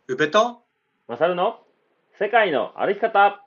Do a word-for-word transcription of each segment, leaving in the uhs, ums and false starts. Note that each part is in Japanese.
宇部とマサルの世界の歩き方。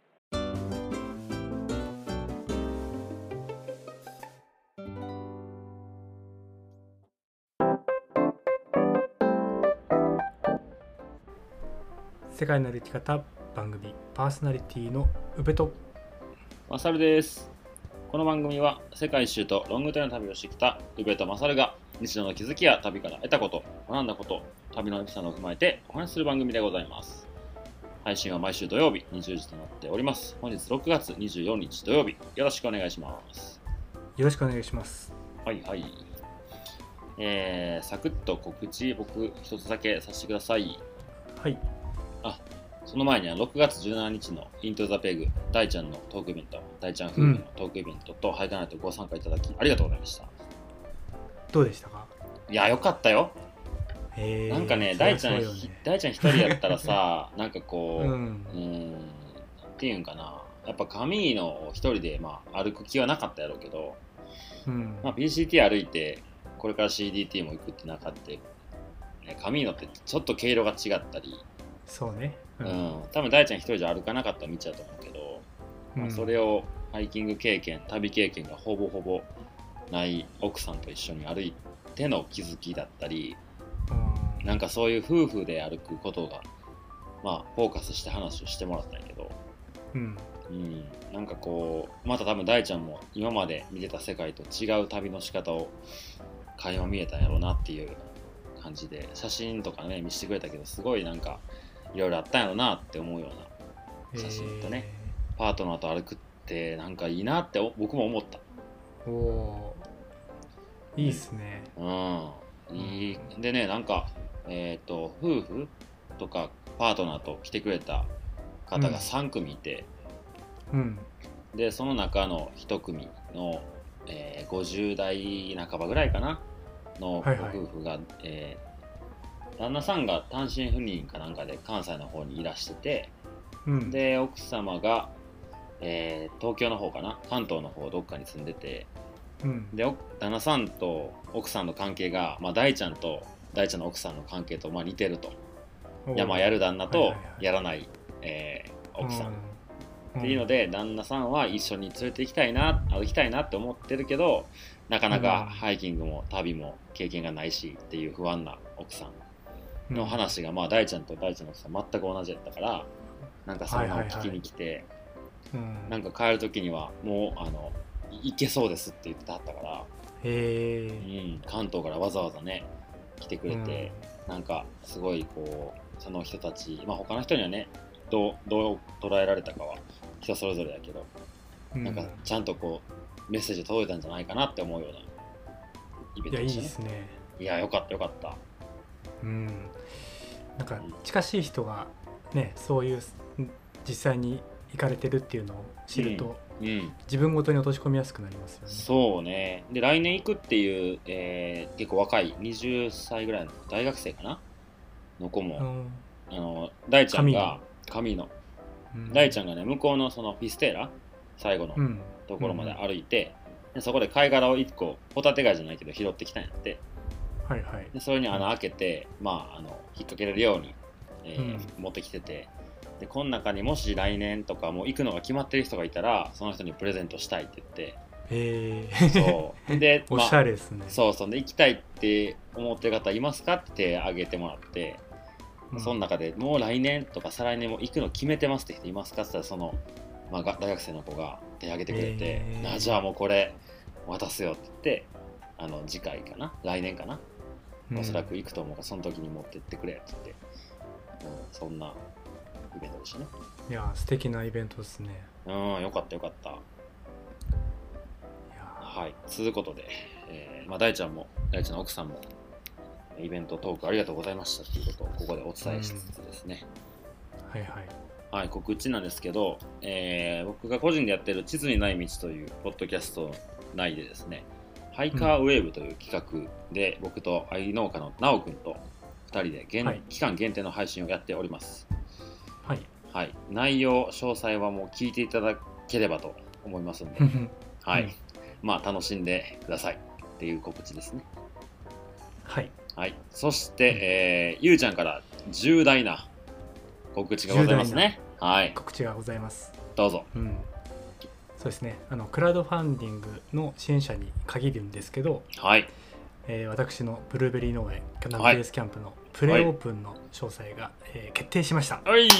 世界の歩き方番組パーソナリティの宇部とマサルです。この番組は世界一周とロングトレの旅をしてきた宇部とマサルが日常の気づきや旅から得たこと、学んだこと、旅のエピソードを踏まえてお話しする番組でございます。配信は毎週土曜日にじゅうじとなっております。本日ろくがつにじゅうよっか土曜日、よろしくお願いします。 よろしくお願いします。 はいはい。えー、サクッと告知僕一つだけさせてください。 はい。 あ、その前にはろくがつじゅうしちにちのイントゥザペグ大ちゃんのトークイベント、大ちゃん夫婦のトークイベントとハイカナイトご参加いただきありがとうございました。 どうでしたか？ いや、よかったよ。 えー、 なんかね、大ちゃん、ね、大ちゃん一人やったらさ、なんかこう、うん、 うんっていうんかな、やっぱカミーノを一人で、まあ、歩く気はなかったやろうけど、 うんまあ、ピーシーティー 歩いて、これから シーディーティー も行くってなかって、ね、カミーノってちょっと毛色が違ったり、 そうね、 うんうん、多分大ちゃん一人じゃ歩かなかった道だと思うけど、うん、まあ、それをハイキング経験、旅経験がほぼほぼない奥さんと一緒に歩いての気づきだったり、うん、なんかそういう夫婦で歩くことが、まあ、フォーカスして話をしてもらったんやけど、 うんうん、なんかこう、また多分大ちゃんも今まで見てた世界と違う旅の仕方を垣間見えたんやろうなっていう感じで、写真とかね見せてくれたけど、すごいなんかいろいろあったんやろうなって思うような写真とね、えー、パートナーと歩くってなんかいいなって僕も思った。 おお、いいっすね。 うん、いいでね、なんかえっと夫婦とかパートナーと来てくれた方がさんくみいて、 うん、 でその中のいち組の、えー、ごじゅう代半ばぐらいかなのご夫婦が、はいはい、えー、旦那さんが単身赴任かなんかで関西の方にいらしてて、うん、で奥様が、えー、東京の方かな、関東の方どっかに住んでて、うん、で旦那さんと奥さんの関係が、まあ、大ちゃんと大ちゃんの奥さんの関係とまあ似てると。山やる旦那とやらない、はいはいはい、えー、奥さん、うん、っていうので、旦那さんは一緒に連れて行きたいな、歩きたいなって思ってるけど、なかなかハイキングも旅も経験がないしっていう不安な奥さんの話が、まあ大ちゃんと大ちゃんの奥さん全く同じやったから、なんかそれを聞きに来て、はいはいはい、なんか帰る時にはもうあの行けそうですって言ってはったから、 へー、 うん、関東からわざわざね来てくれて、うん、なんかすごいこうその人たち、まあ、他の人にはねどう、どう捉えられたかは人それぞれだけど、うん、なんかちゃんとこうメッセージ届いたんじゃないかなって思うようなイベントでしたね。いや、いいですね。いや、よかったよかった。 うん、なんか近しい人がね、そういう実際に行かれてるっていうのを知ると、うんうん、自分ごとに落とし込みやすくなりますよね。 そうね。で来年行くっていう、えー、結構若いはたちぐらいの大学生かなの子も、うん、あの大ちゃんが神の、うん、大ちゃんがね向こうのそのピステーラ最後のところまで歩いて、うん、でそこで貝殻をいっこホタテ貝じゃないけど拾ってきたんやって、 はいはい、 でそれに穴開けて、うん、まああの引っ掛けれるように、えーうん、持ってきてて、でこの中にもし来年とかもう行くのが決まってる人がいたらその人にプレゼントしたいって言って、 へー、 そうで、 おしゃれですね。 まあ、そうそうで行きたいって思ってる方いますかって手挙げてもらって、うん、その中でもう来年とか再来年も行くの決めてますって人いますかって言ったら、その、まあ、大学生の子が手挙げてくれて、あじゃあもうこれ渡すよって言って、あの次回かな来年かな、うん、おそらく行くと思うからその時に持ってってくれって言って、うん、そんなイベントでしたね。 いや素敵なイベントですね。 うん、よかったよかった。いやはい、続くことで、えーまあ、大ちゃんも大ちゃんの奥さんもイベントトークありがとうございましたということをここでお伝えしつつですね、 うん、はいはいはい、告知なんですけど、えー、僕が個人でやってる地図にない道というポッドキャスト内でですね、ハイカーウェーブという企画で、うん、僕と愛農家のなおくんとふたりで、はい、期間限定の配信をやっております。はい、はい、内容詳細はもう聞いていただければと思いますのではい、うん、まあ楽しんでくださいっていう告知ですね。 はい、 はい、そして、うん、えー、ゆうちゃんから重大な告知がございますね。はい、 告知がございます。 どうぞ。 うん、そうですね、あのクラウドファンディングの支援者に限るんですけど、 はい、 えー、私のブルーベリー農園キャナンベースキャンプのプレオープンの詳細が、はい、えー、決定しました。 はい、い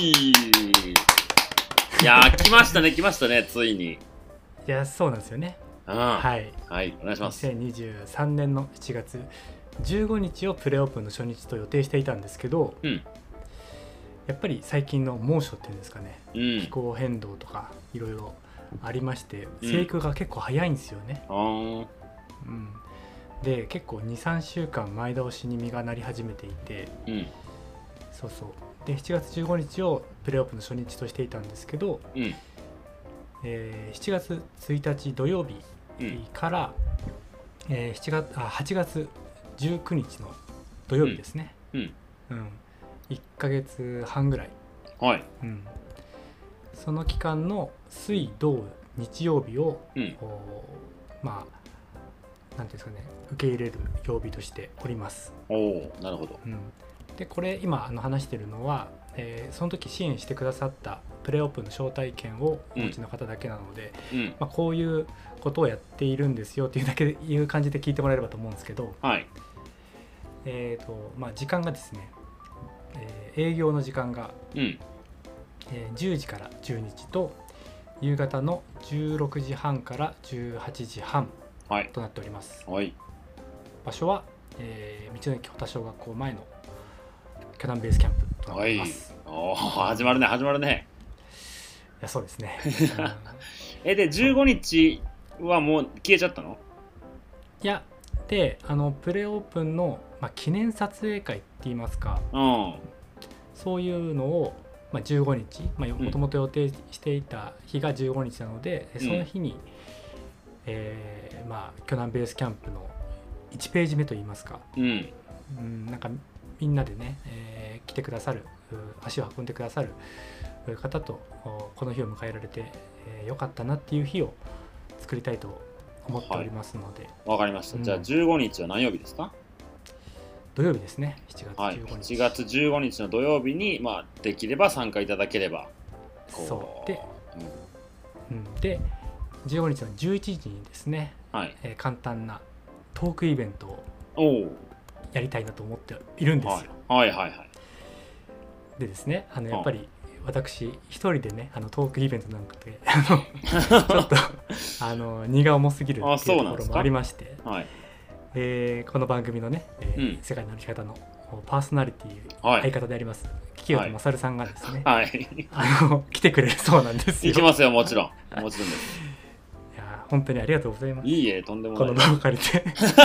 やー来ましたね来ましたねついに。 いやそうなんですよね。 はい、はい、お願いします。 にせんにじゅうさんねんのしちがつじゅうごにちをプレオープンの初日と予定していたんですけど、 うん、 やっぱり最近の猛暑っていうんですかね、 うん、 気候変動とかいろいろありまして生育が結構早いんですよね。 うん、 うん、で結構 にさんしゅうかんまえ倒しに実がなり始めていて、 うん、 そうそうでしちがつじゅうごにちをプレオープンの初日としていたんですけど、 うん、 えー、しちがつついたち土曜日から、うん、えー、しちがつあはちがつじゅうくにちの土曜日ですね、 うんうん、いっかげつはんぐらい、 はい、 うん、その期間の水土日曜日を、 うん、 まあなんていうんですかね、受け入れる曜日としております。 おお、なるほど。 うん、でこれ今あの話しているのは、えー、その時支援してくださったプレオープンの招待券をお持ちの方だけなので、 うんまあ、こういうことをやっているんですよっていうだけいう感じで聞いてもらえればと思うんですけど、 はい、 えーとまあ、時間がですね、えー、営業の時間が、 うんえー、じゅうじからじゅうにじと夕方のじゅうろくじはんからじゅうはちじはんとなっております。 はい、 場所は、えー、道の駅保田小学校前のキャナンベースキャンプとなっております。 はい、お始まるね始まるね。 いやそうですね。 えでじゅうごにちはもう消えちゃったの？ いやであのプレオープンの、まあ、記念撮影会って言いますか、 うん、 そういうのを、まあ、じゅうごにち、まあ、もともと予定していた日がじゅうごにちなので、うん、その日に、えーまあ、キャナンベースキャンプのいちページ目といいますか、 うんうん、なんかみんなでね、えー、来てくださる足を運んでくださる方とこの日を迎えられて、えー、よかったなっていう日を作りたいと思っておりますので。 わ、はい、かりました、うん、じゃあじゅうごにちは何曜日ですか？ 土曜日ですね。しちがつじゅうごにち、 はい、しちがつじゅうごにちの土曜日に、まあ、できれば参加いただければそうで、うんうん、でじゅうごにちのじゅういちじにですね、 はいえー、簡単なトークイベントをやりたいなと思っているんですよ。 はい、はいはいはいでですね、あのやっぱり私一人でねあのトークイベントなんかでちょっとあの荷が重すぎるっていうところもありまして、 はい、 えー、この番組のね、えーうん、世界の歩き方のパーソナリティ、はい、相方であります木内勝さんがですね、 はい、 あの来てくれるそうなんですよ。 行きますよ、もちろんもちろんです。 いや本当にありがとうございます。 いいえ、とんでもない。 この場を借りて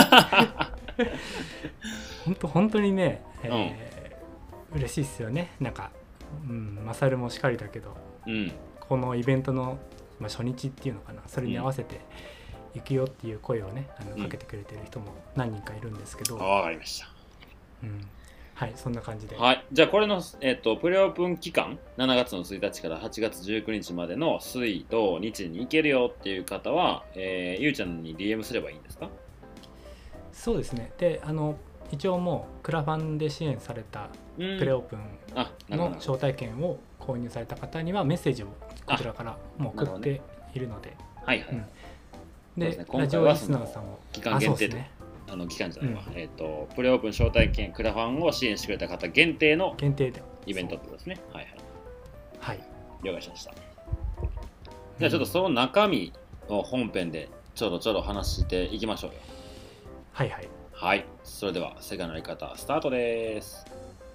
本当本当にね、えーうん、嬉しいですよね。なんか、うん、マサルもしかりだけど、 うん、 このイベントの、まあ、初日っていうのかな、それに合わせて行くよっていう声をね、あのかけてくれてる人も何人かいるんですけど、 うん、わかりました。 うん、はい、そんな感じで。 はい、じゃあこれの、えーと、プレオープン期間、しちがつのついたちからはちがつじゅうくにちまでの水土日に行けるよっていう方は、えー、ゆうちゃんに ディーエム すればいいんですか？ そうですね。で、あの一応もうクラファンで支援されたプレオープンの招待券を購入された方にはメッセージをこちらからもう送っているので、 はいはい、うん、 で、 ね、今回はその期間限定で、 ね、 あの期間じゃないわ、うん、えっ、ー、とプレオープン招待券クラファンを支援してくれた方限定の限定でイベントってことですね。はいはい、はい、 了解しました。じゃあちょっとその中身を本編でちょろちょろ話していきましょうよ。 はいはいはい、それでは世界のやり方スタートです。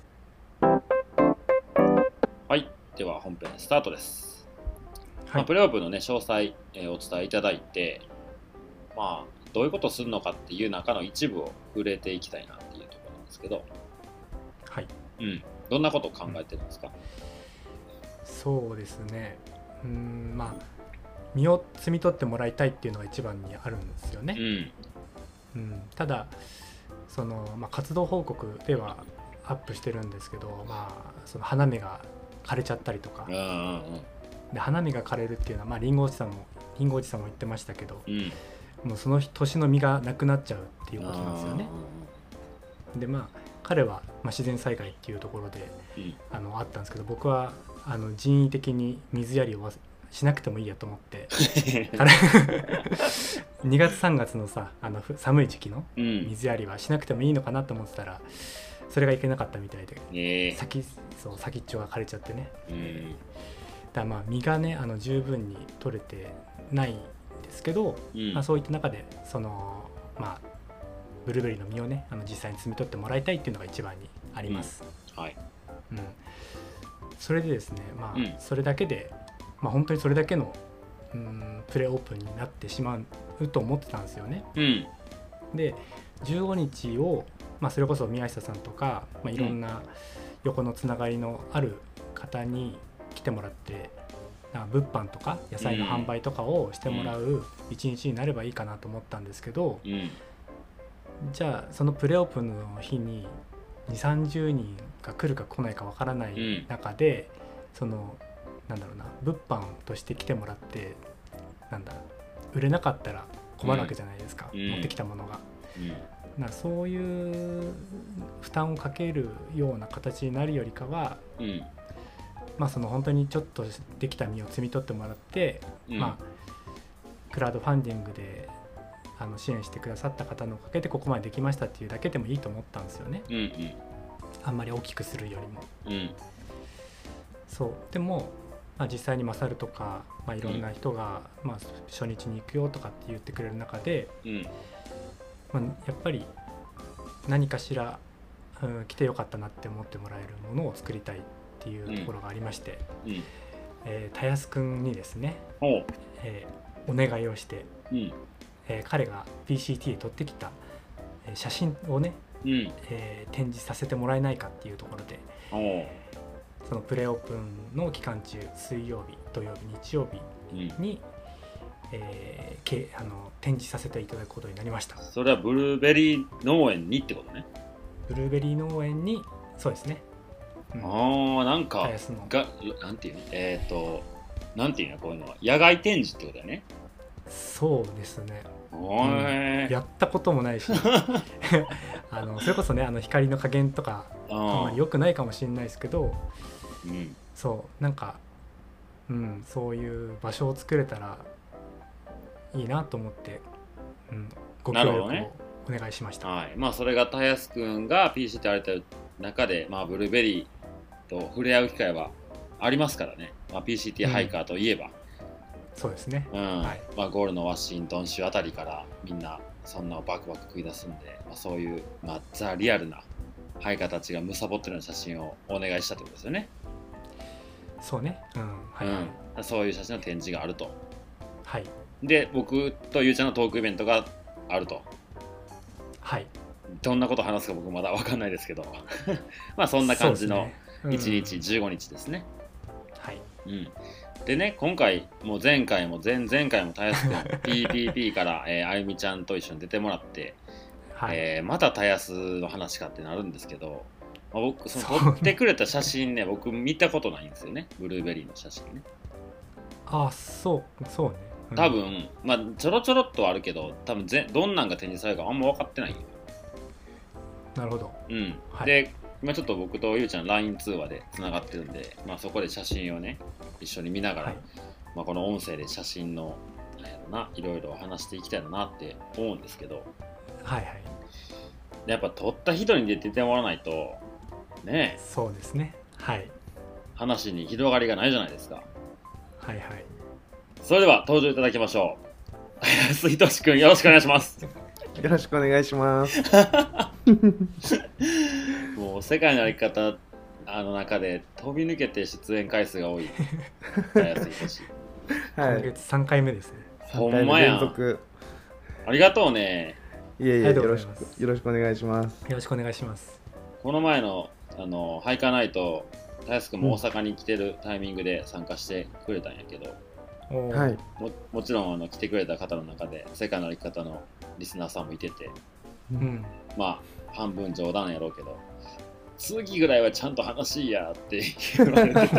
はい、では本編スタートです。はい、まあ、プレオープンのね詳細、えー、お伝えいただいて、まあどういうことをするのかっていう中の一部を触れていきたいなっていうところなんですけど、 はい、 うん、どんなことを考えてるんですか？うん、 そうですね、うーん、まあ身を摘み取ってもらいたいっていうのが一番にあるんですよね。 うんうん、ただその、まあ、活動報告ではアップしてるんですけど、まあ、その花芽が枯れちゃったりとか、 うんうんうん、 で花芽が枯れるっていうのは、まあ、リンゴおじさんもリンゴおじさんも言ってましたけど、 うん、 もうその年の実がなくなっちゃうっていうことなんですよね。 でまあ彼は、まあ、自然災害っていうところで、うん、あのあったんですけど、僕はあの人為的に水やりをしなくてもいいやと思ってにがつさんがつのさあの寒い時期の水やりはしなくてもいいのかなと思ってたら、それがいけなかったみたいで、えー、先, そう先っちょが枯れちゃってね、うん、だまあ実がねあの十分に取れてないんですけど、うんまあ、そういった中でそのまあブルーベリーの実をねあの実際に摘み取ってもらいたいっていうのが一番にあります、 うんはいうん、それでですねまあ、うん、それだけで、まあ、本当にそれだけの、うん、プレオープンになってしまうと思ってたんですよね、 うん、 でじゅうごにちを、まあ、それこそ宮下さんとか、まあ、いろんな横のつながりのある方に来てもらって、物販とか野菜の販売とかをしてもらう一日になればいいかなと思ったんですけど、 うん、 じゃあそのプレオープンの日ににじゅう、さんじゅうにんが来るか来ないかわからない中で、うん、そのなんだろうな物販として来てもらってなんだ売れなかったら困るわけじゃないですか、うん、持ってきたものが、うん、なそういう負担をかけるような形になるよりかは、 うんまあ、その本当にちょっとできた実を摘み取ってもらって、うんまあ、クラウドファンディングであの支援してくださった方のおかげでここまでできましたっていうだけでもいいと思ったんですよね、 うんうん、 あんまり大きくするよりも、 うん、 そうでも、まあ、実際にマサルとか、まあ、いろんな人が、うんまあ、初日に行くよとかって言ってくれる中で、 うんまあ、やっぱり何かしら、うん、来てよかったなって思ってもらえるものを作りたいっていうところがありまして、 うんうんえー、たやすくんにですね、えー、お願いをして、 うんえー、彼が ピーシーティー で撮ってきた、えー、写真をね、 うんえー、展示させてもらえないかっていうところで、そのプレオープンの期間中水曜日土曜日日曜日に、うんえー、けあの展示させていただくことになりました。 それはブルーベリー農園にってことね。 ブルーベリー農園にそうですね、 うん、ああなんかがなんていうのえっ、ー、となんていうのこういうのは野外展示ってことだよね。 そうですね、 おー、 うん、やったこともないしあのそれこそねあの光の加減とかあんまり良くないかもしれないですけど、 うん、 そうなんか、うん、そういう場所を作れたらいいなと思って、うん、ご協力をお願いしました、 ねはいまあ、それがたやすくんが ピーシー って言われてる中で、まあ、ブルーベリーと触れ合う機会はありますからね、まあ、ピーシーティー ハイカーといえば、うん、 そうですね、 うんはいまあ、ゴールのワシントン州あたりからみんなそんなバクバク食い出すんで、まあ、そういう、まあ、ザ・リアルなハイカーたちがむさぼってるような写真をお願いしたってことですよね。 そうね、うんはいはいうん、そういう写真の展示があると。 はいで僕とゆうちゃんのトークイベントがあると。 はいどんなことを話すか僕まだ分かんないですけどまあそんな感じのいちにち、ねうん、じゅうごにちですね。 はい、 うん、でね今回もう前回も前々回もたやすくん ピーピーピー から、えー、あゆみちゃんと一緒に出てもらって、はいえー、またたやすの話かってなるんですけど、まあ、僕その撮ってくれた写真ね僕見たことないんですよねブルーベリーの写真ね。 ああそうそうね、 うん、多分まあちょろちょろっとはあるけど多分ぜどんなんが展示されるかあんま分かってないよ。 なるほど、 うんはい、で今ちょっと僕とゆうちゃん ライン 通話でつながってるんで、まあ、そこで写真をね一緒に見ながら、はいまあ、この音声で写真のなんやろないろいろ話していきたいなって思うんですけど、 はいはいやっぱ撮った人に出てもらわないとねえそうですねはい話に広がりがないじゃないですか。 はいはいそれでは登場いただきましょう安井としくんよろしくお願いします。 よろしくお願いしますもう世界の歩き方あの中で飛び抜けて出演回数が多い安井とし、 はい、今月さんかいめですね。 ほんまやんありがとうね。 いえいえよろしくよろしくお願いします。 よろしくお願いします。 この前のあのハイカーナイトたやすくんも大阪に来てるタイミングで参加してくれたんやけど、 うん、はい、 も, もちろんあの来てくれた方の中で世界の歩き方のリスナーさんもいてて、 うん、 まあ半分冗談やろうけど次ぐらいはちゃんと話いやって言われてた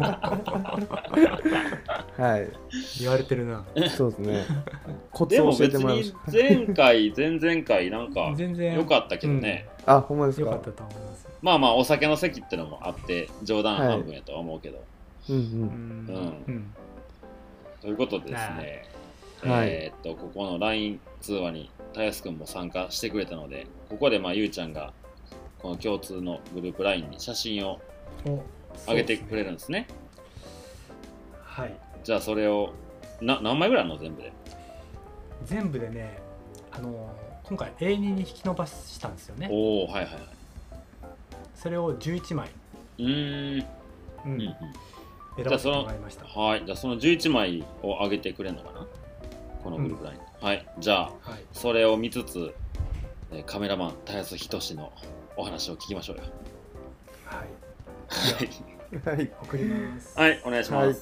はい言われてるな。 そうですねコツでを教えも別にてもらいました前回前々回なんか全然良かったけどね、 あほんまですか良かったと思います。 まあまあお酒の席ってのもあって冗談半分やとは思うけど、 うんううんんうんうんということでですね、 はいえーっとここの ライン 通話にたやすくんも参加してくれたので、ここでまあゆうちゃんがこの共通のグループ ライン に写真をお上げてくれるんですね。 はいじゃあそれをな何枚ぐらいあるの全部で？ 全部でね、あのー今回 エーツー に引き伸ばしたんですよね。 おおはいはいはい。 それをじゅういちまい、 うーん、 ううんうん、 ん、選ばせてもらいました。 はいじゃあそのじゅういちまいを上げてくれるのかなこのグループ ライン、うん、はいじゃあはい、 それを見つつえーカメラマンたやすひとしのお話を聞きましょうよ。 はい、 はい送ります。 はいお願いします。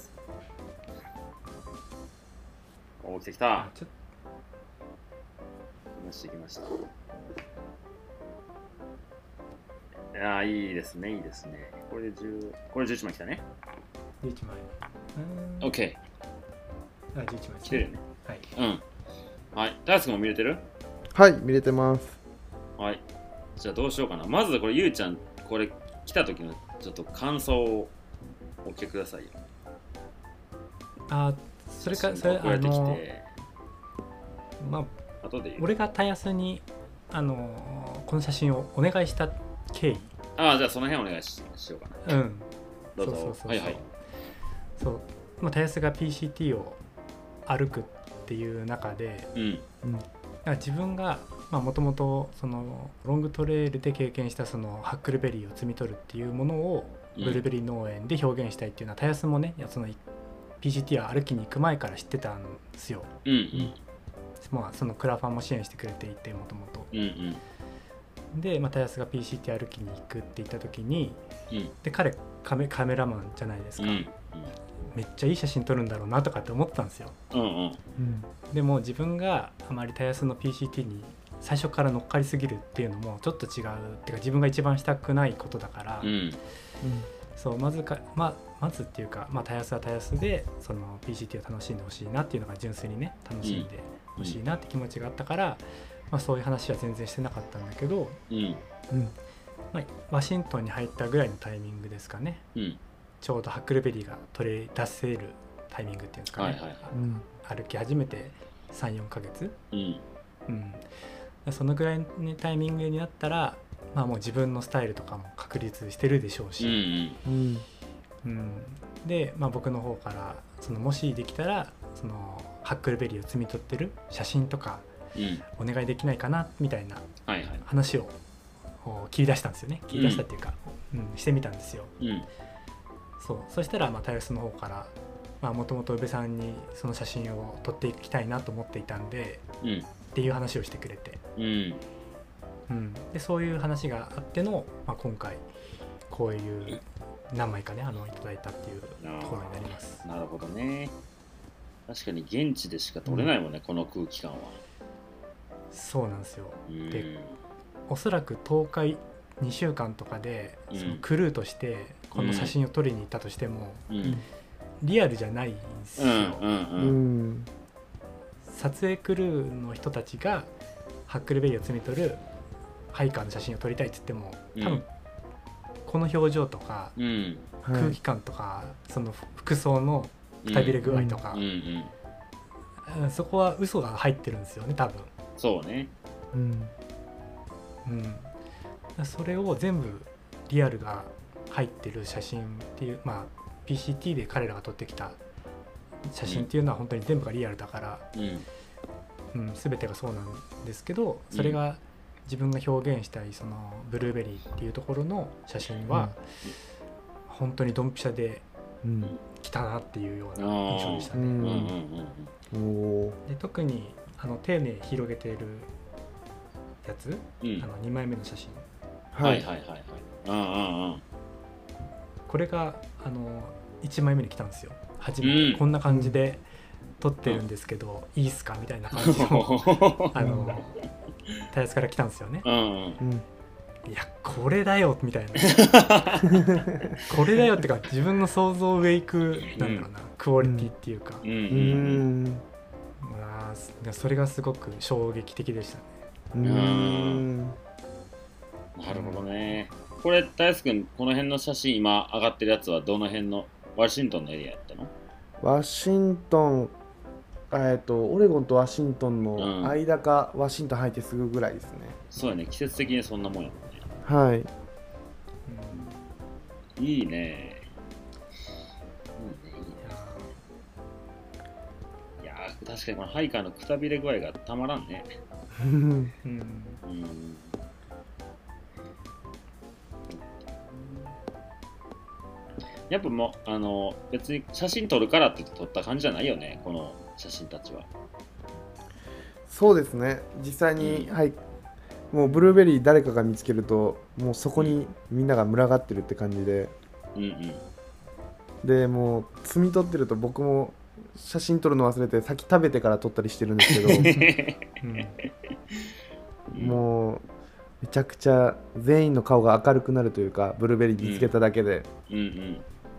お来てきたあちょっ来ました来ました。いやーいいですねいいですね。これでじゅうこれじゅういちまい来たね。 じゅういちまい。うーん OK あ、じゅういちまい。 来てるよね。 はい。 うんはいたやすくんも見れてる？ はい見れてますはいじゃあどうしようかな。まずこれゆうちゃんこれ来た時のちょっと感想をお聞きくださいよ。 あ、それかそれ送られてきあのてまあ後で言う。 俺がたやすにあのこの写真をお願いした経緯。 ああじゃあその辺お願い し, しようかな。 うん。 どうぞ。 そうそうそうそうはいはい。 そう、まあ、たやすが ピーシーティー を歩くっていう中で、 うんうん、だから自分がもともとそのロングトレイルで経験したそのハックルベリーを摘み取るっていうものをブルーベリー農園で表現したいっていうのはたやすもねその ピーシーティー を歩きに行く前から知ってたんですよ。 うんうんまあ、そのクラファンも支援してくれていてもともと。 うんうんで、まあ、たやすが ピーシーティー 歩きに行くって言った時に、 うんで彼カメ、カメラマンじゃないですか、 うんめっちゃいい写真撮るんだろうなとかって思ってたんですよ。 うんうんでも自分があまりたやすの ピーシーティー に最初から乗っかりすぎるっていうのもちょっと違うっていうか自分が一番したくないことだから、 うんそうまずか、まあ、まずっていうか、まあ、たやすはたやすでその ピーシーティー を楽しんでほしいなっていうのが純粋にね楽しんでほしいなって気持ちがあったから、まあ、そういう話は全然してなかったんだけど、 うんうんまあ、ワシントンに入ったぐらいのタイミングですかね、 うんちょうどハックルベリーが取り出せるタイミングっていうんですかね、 はいはいはいうん歩き始めてさん、よんかげつ、 うんうん、そのぐらいのタイミングになったら、まあ、もう自分のスタイルとかも確立してるでしょううんし、 うんうんで、まあ、僕の方からそのもしできたらそのハックルベリーを摘み取ってる写真とかうんお願いできないかなみたいなはいはい話をこう切り出したんですよね切り出したっていうか、うんしてみたんですよ。 うんそうそしたらまあタイスの方からもともと宇部さんにその写真を撮っていきたいなと思っていたんでうんっていう話をしてくれて、 うんうん、でそういう話があっての、まあ、今回こういう何枚かねあのいただいたっていうところになります。 なるほどね。確かに現地でしか撮れないもんね、うん、この空気感は。 そうなんですよ。 うんでおそらくとおかにしゅうかんとかでそのクルーとしてこの写真を撮りに行ったとしても、 うん、 リアルじゃないんですよ、 うんうんうん、 撮影クルーの人たちがハックルベリーを摘み取るハイカーの写真を撮りたいって言っても多分この表情とか、 うん、 空気感とか、その服装のくたびれ具合とか、 うんうんうん、そこは嘘が入ってるんですよね多分。 そうね、 うんうん、それを全部リアルが入ってる写真っていう、まあ ピーシーティー で彼らが撮ってきた写真っていうのは本当に全部がリアルだから、 うんうん、全てがそうなんですけど、それが自分が表現したいそのブルーベリーっていうところの写真は本当にドンピシャで来たなっていうような印象でしたね。 うんうん、 で特にあの丁寧に広げているやつ、 うん、 あのにまいめの写真、 はいはいはいはい、うんうんうん、 これがあのいちまいめに来たんですよ。初めて、うん、こんな感じで撮ってるんですけど、うん、いいっすかみたいな感じのあのタイヤスから来たんですよね。 うんうん、 いやこれだよみたいなこれだよってか自分の想像を上行くなんだろうな、うん、クオリティっていうか、 うんうんうん、 まあ、それがすごく衝撃的でしたね。 うん、なるほどね。これ大輔君この辺の写真今上がってるやつはどの辺のワシントンのエリアやったの？ ワシントン、えっとオレゴンとワシントンの間か、うん、ワシントン入ってすぐぐらいですね。 そうやね、季節的にそんなもんやもんね。 はい、 うん、いいね。いいね、いいね。いやー確かにこのハイカーのくたびれ具合がたまらんね。うんうん、やっぱもうあの別に写真撮るからって撮った感じじゃないよね、この写真たちは。 そうですね、実際に、うん、はい、もうブルーベリー誰かが見つけるともうそこにみんなが群がってるって感じで、うんうん、でもう摘み取ってると僕も写真撮るの忘れて先食べてから撮ったりしてるんですけど、うん、もうめちゃくちゃ全員の顔が明るくなるというか、ブルーベリー見つけただけで、うんうん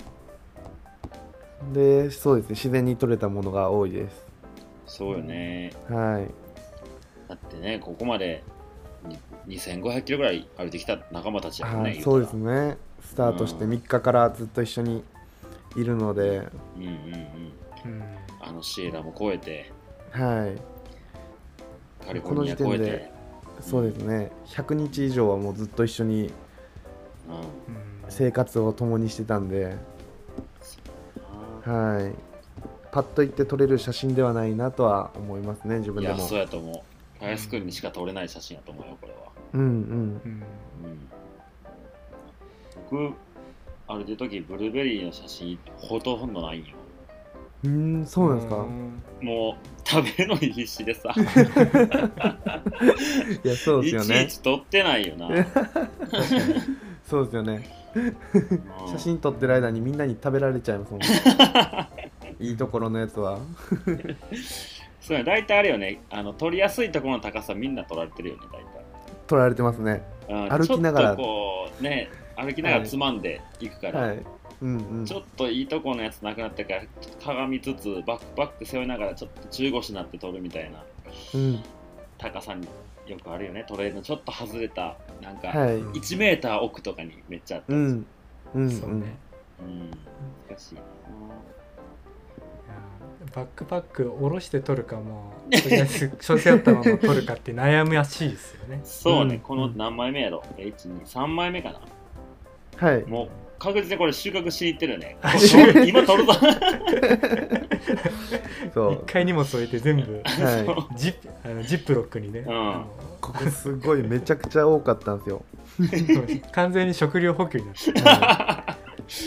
うん、でそうですね、自然に撮れたものが多いです。 そうよね、 はい、 だってねここまでにせんごひゃくキロぐらい歩いてきた仲間たちやもんね。 そうですね、スタートしてみっかからずっと一緒にいるので、うんうんうん、 あのシエラも越えて、 はい、カリフォルニア越えて、そうですね、ひゃくにち以上はもうずっと一緒に生活を共にしてたんで、うん、はい、パッと行って撮れる写真ではないなとは思いますね、自分でも。 いやそうやと思う。ハイスクールにしか撮れない写真やと思うよこれは。うんうん、うん、僕ある時ブルーベリーの写真ほとんどないんよ。 うん、そうなんですか。 もう食べるのに必死でさいやそうですよね、 いちいち撮ってないよなそうですよね写真撮ってる間にみんなに食べられちゃいますもんいいところのやつはそうや、大体あれよね、あの撮りやすいところの高さみんな撮られてるよね、大体撮られてますね、うん、歩きながらちょっとこうね、歩きながらつまんでいくから、はいはい、うんうん、ちょっといいとこのやつなくなってから鏡つつバックパック背負いながらちょっと中腰になって撮るみたいな、うん、高さによくあるよね。トレーのちょっと外れたなんかいちメーター奥とかにめっちゃあったんですよ、うんうんうん、そうね、うん、難しいな。 バックパック下ろして撮るかもとりあえず背負ったまま撮るかって悩むらしいですよね。 そうね、うん、この何枚目やろ、いち、に、さんまいめかな。はい、もう確実にこれ収穫しに行ってるよね。今撮るぞそういっかい荷物置いて全部、はい、ジ, あのジップロックにね、うん、 ここすごいめちゃくちゃ多かったんですよ完全に食料補給になって、 はい、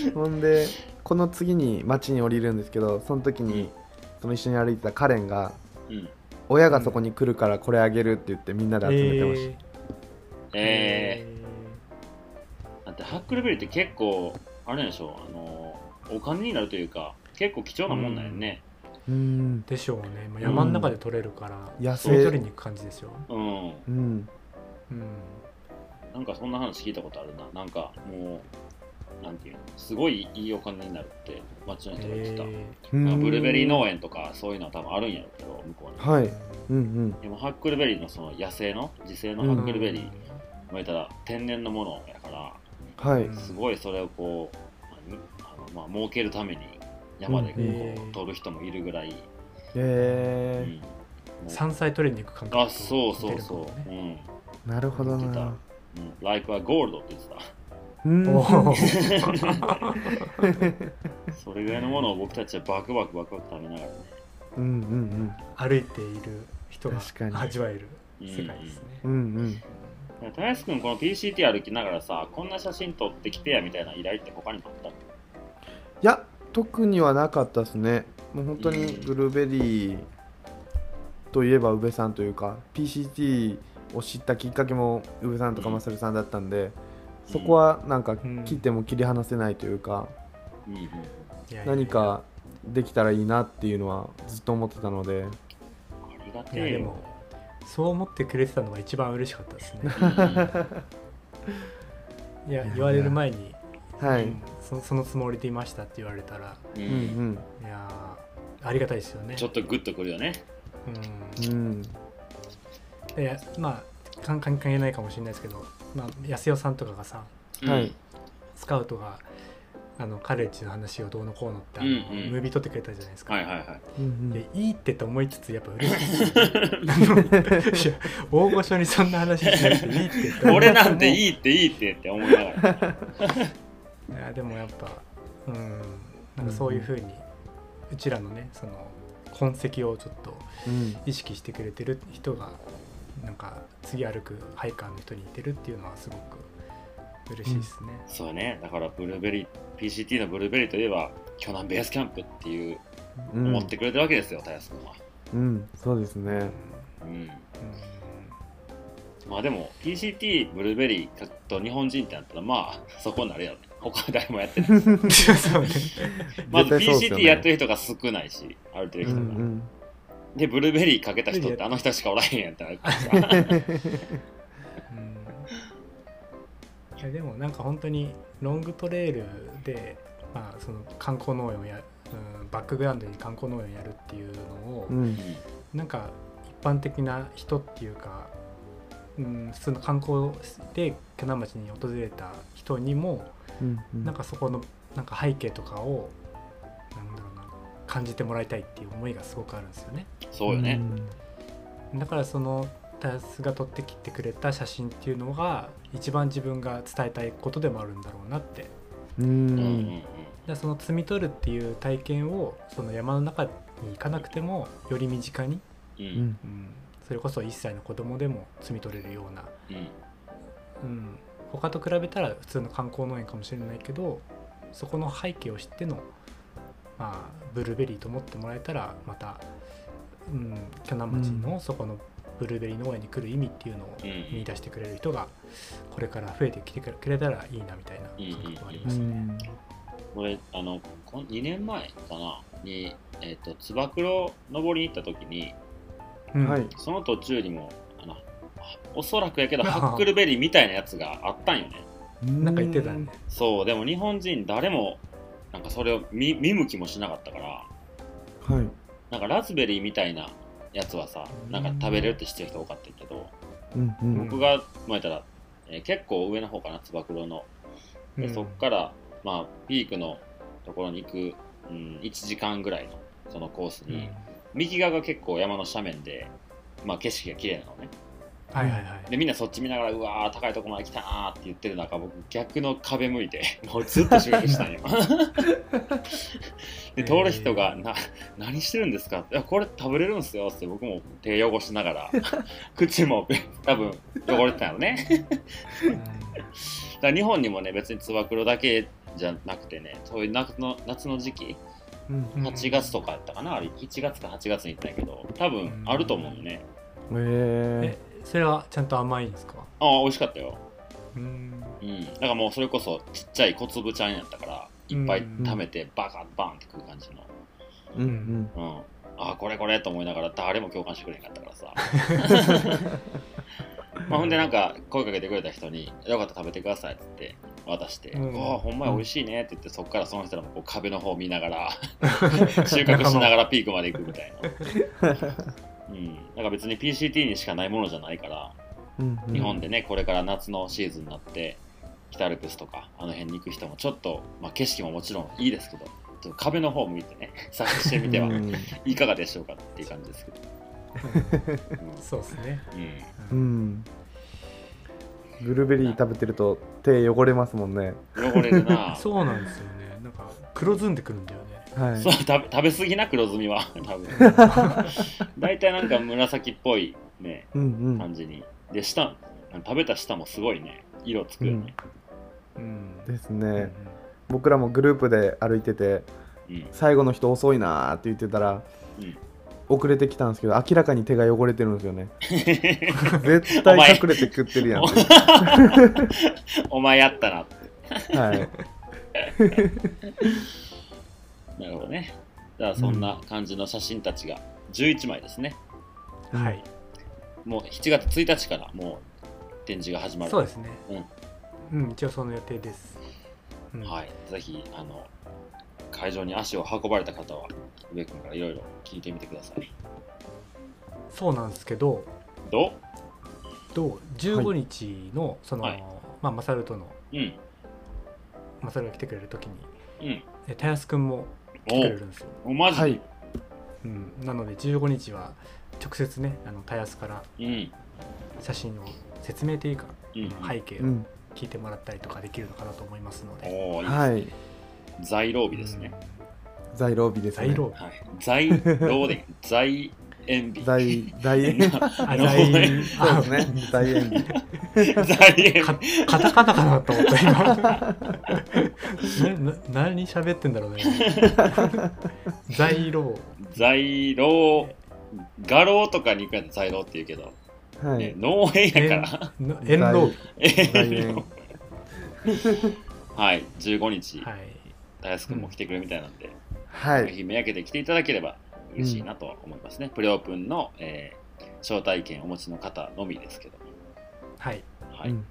ほんでこの次に町に降りるんですけど、その時にその一緒に歩いてたカレンが、うん、親がそこに来るからこれあげるって言ってみんなで集めてました。えー、えー、だってハックルベリーって結構あれでしょ、あのお金になるというか結構貴重なもんだよね。 うんうんでしょうね。山の中で取れるから、うん、野生取りに行く感じですよ。うん、うんうん、 なんかそんな話聞いたことあるな。なんかもうなんていうの、すごいいいお金になるって町の人が言ってた、えー、ブルーベリー農園とかそういうのは多分あるんやろうけど向こうに、はい、うんうん、でもハックルベリーのその野生の自生のハックルベリーも言ったら天然のものやから、はい、すごいそれをこうあの、まあ、儲けるために山でこう、えー、取る人もいるぐらい、 えーうん、山菜取りに行く感覚、 あ、そうそうそう、うん、 なるほどな、うん、 Like a gold って言ってたそれぐらいのものを僕たちはバクバクバクバク食べながらね、 うんうんうん、歩いている人が味わえる世界ですね。うんうんうん、たやすくんこの ピーシーティー 歩きながらさ、こんな写真撮ってきてやみたいな依頼って他にもあったの？いや特にはなかったですね。もう本当にブルーベリーといえば宇部さんというか、 ピーシーティー を知ったきっかけも宇部さんとかマサルさんだったんで、そこはなんか切っても切り離せないというか、うん、何かできたらいいなっていうのはずっと思ってたので、ありがてえよ。でもそう思ってくれてたのが一番嬉しかったですねいや言われる前に、 はい、 うん、そ, そのつもりでいましたって言われたら、 うんうん、 いやありがたいですよね。 ちょっとグッとくるよね。 うん、うん、いやまあ関係ないかもしれないですけど、まあ、安代さんとかがさ、 はい、 スカウトがあのカレッジの話をどうのこうのってあの、うんうん、ムービー撮ってくれたじゃないですか。 はいはいはい。 いいってと思いつつやっぱ嬉しいですよね。大御所にそんな話しなくていいってって俺なんていいっていいってって思いながら。 いやでもやっぱ、うん、なんかそういう風にうちらのねその痕跡をちょっと意識してくれてる人がなんか次歩くハイカーの人にいてるっていうのはすごく嬉しいですね、 うん、そうね。だからブルーベリー ピーシーティー のブルーベリーといえば巨南ベースキャンプっていう思ってくれてるわけですよ、たやすくんは。 うん、そうですね。うん、うん、 まあでも ピーシーティー ブルーベリーと日本人ってなったらまあそこになるよね。他は誰もやってないまず ピーシーティー やってる人が少ないし、歩いてる人が、うんうん、でブルーベリーかけた人ってあの人しかおらへんやったらいやでもなんか本当にロングトレイルで、まあ、その観光農園をや、うん、バックグラウンドに観光農園をやるっていうのを、うん、なんか一般的な人っていうか、うん、普通の観光で鋸南町に訪れた人にも、うんうん、なんかそこのなんか背景とかをなんだろうな感じてもらいたいっていう思いがすごくあるんですよね。 そうよね、 うん、だからそのタヤスが撮ってきてくれた写真っていうのが一番自分が伝えたいことでもあるんだろうなって。うん、だその摘み取るっていう体験をその山の中に行かなくてもより身近に、うんうん、それこそいっさいの子供でも摘み取れるような、うんうん、他と比べたら普通の観光農園かもしれないけどそこの背景を知っての、まあ、ブルーベリーと思ってもらえたらまた、うん、鋸南町のそこのブルーベリー農園に来る意味っていうのを見出してくれる人がこれから増えてきてくれたらいいなみたいな感覚はありますね。 俺あのにねんまえかなに、えーと、つば九郎登りに行った時に、うん、その途中にもあのおそらくやけどハックルベリーみたいなやつがあったんよね。 なんか言ってたね。 そうでも日本人誰もなんかそれを 見, 見向きもしなかったから、はい、なんかラズベリーみたいなやつはさなんか食べれるって知ってる人多かったけど、うんうん、僕が前たら、えー、結構上の方かなつば九郎ので、うん、そっからまあピークのところに行く、うん、いちじかんぐらいのそのコースに、うん、右側が結構山の斜面で、まあ、景色が綺麗なのね。はいはいはい、でみんなそっち見ながらうわー高いとこまで来たなーって言ってる中僕逆の壁向いてもうずっと収穫したんよで通る人がな何してるんですかってこれ食べれるんですよって僕も手汚しながら口も多分汚れてたのねだから日本にもね別につば九郎だけじゃなくてねそういう夏の、夏の時期はちがつとかやったかなあれいちがつかはちがつに行ったんやけど多分あると思うね。 へえそれはちゃんと甘いんですか？ ああ美味しかったよ。うん、うん、だからもうそれこそちっちゃい小粒ちゃんやったからいっぱい食べてバカッバーンってくる感じの、うんうんうん、ああこれこれと思いながら誰も共感してくれへんかったからさまあほんでなんか声かけてくれた人によかったら食べてくださいって言って渡して、うん、あほんまや美味しいねって言ってそっからその人らもこう壁の方を見ながら収穫しながらピークまで行くみたいなうん、だから別に ピーシーティー にしかないものじゃないから、うんうん、日本でねこれから夏のシーズンになって北アルプスとかあの辺に行く人もちょっと、まあ、景色ももちろんいいですけどちょっと壁の方を向いてね探してみてはいかがでしょうかっていう感じですけど、 うん、そうですね、 うんうん、ブルーベリー食べてると手汚れますもんね。 汚れるなそうなんですよね。なんか黒ずんでくるんだよね。 はい、そう食べ、食べ過ぎな黒ずみは多分大体なんか紫っぽいね、うんうん、感じにで舌食べた舌もすごいね色つくよね、 うんうん、ですね、うんうん、僕らもグループで歩いてて、うん、最後の人遅いなって言ってたら、うん、遅れてきたんですけど明らかに手が汚れてるんですよね絶対隠れて食ってるやんお前やったなってはいなるほどね。だからそんな感じの写真たちがじゅういちまいですね。 はい。 もうしちがつついたちからもう展示が始まる。 そうですね。 うん。 うん、一応その予定です。 うん、はい、ぜひあの会場に足を運ばれた方は上君からいろいろ聞いてみてください。 そうなんですけど、 どどじゅうごにちの、はい、その、はい、まあマサルとの、うん、マサルが来てくれる時に、うん、たやすくんも来てくれるんですよ。 おマジで、はい、 うん、なのでじゅうごにちは直接ね、あのたやすから写真を説明というか、うん、背景を聞いてもらったりとかできるのかなと思いますので、 おー、はい、在廊日ですね。 うん、在廊日ですね。 在廊日、 はい、在廊で在縁日。 在在縁日。 在そうですね。在縁日。 在縁日。カタカナかなと思った今。な何喋ってんだろうね。在廊。 在廊。画廊とかに行くやつ在廊って言うけど、はいね、農園やから。 縁廊日。はい、じゅうごにち、たやすくんも来てくれるみたいなんで、はい、ぜひめがけて来ていただければ嬉しいなと思いますね。うん、プレオープンの、えー、招待券をお持ちの方のみですけども。 はい。 はい。うん。うん、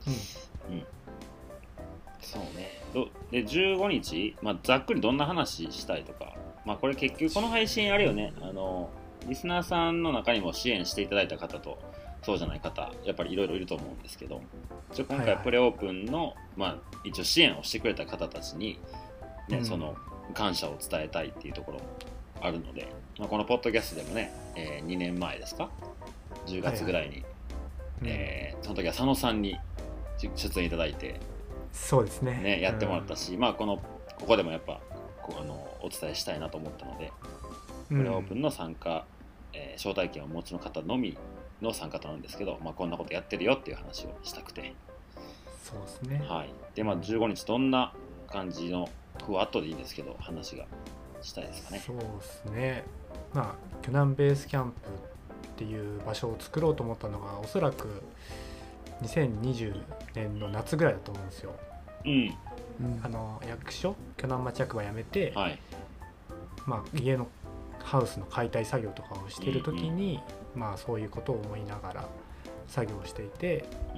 そうね。どでじゅうごにち、まあ、ざっくりどんな話したいとか、まあこれ結局この配信あれよね、あのリスナーさんの中にも支援していただいた方とそうじゃない方、やっぱりいろいろいると思うんですけど、一応今回プレオープンの、はいはい、まあ一応支援をしてくれた方たちにね、うん、その感謝を伝えたいっていうところもあるので、まあ、このポッドキャストでもね、えー、にねんまえですかじゅうがつぐらいに、はいはい、えー、その時は佐野さんに出演いただいてそうですね、 ねやってもらったし、うん、まあこのここでもやっぱこうあのお伝えしたいなと思ったので、プレオープンの参加、えー、招待券をお持ちの方のみの参加となんですけど、まあ、こんなことやってるよっていう話をしたくて、 そうですね、 はい、でまあじゅうごにちどんな感じのふわっとでいいんですけど話がしたいですかね。 そうですね、まあ巨南ベースキャンプっていう場所を作ろうと思ったのがおそらくにせんにじゅうねんの夏ぐらいだと思うんですよ。 うん、 あの役所巨南町役場辞めて、 はい、 まあ、家のハウスの解体作業とかをしている時に、うんうん、まあ、そういうことを思いながら作業をしていて、うん、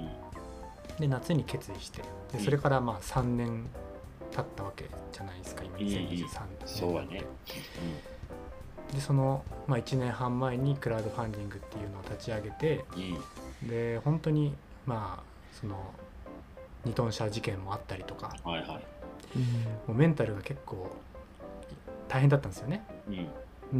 で夏に決意してでそれからまあさんねん経ったわけじゃないですか今にせんにじゅうさんねん、うん、 そうやね、 うん、でその、まあ、いちねんはん前にクラウドファンディングっていうのを立ち上げて、うん、で本当にまあそのにトン車事件もあったりとか、 はいはい、 もうメンタルが結構大変だったんですよね、うんうん、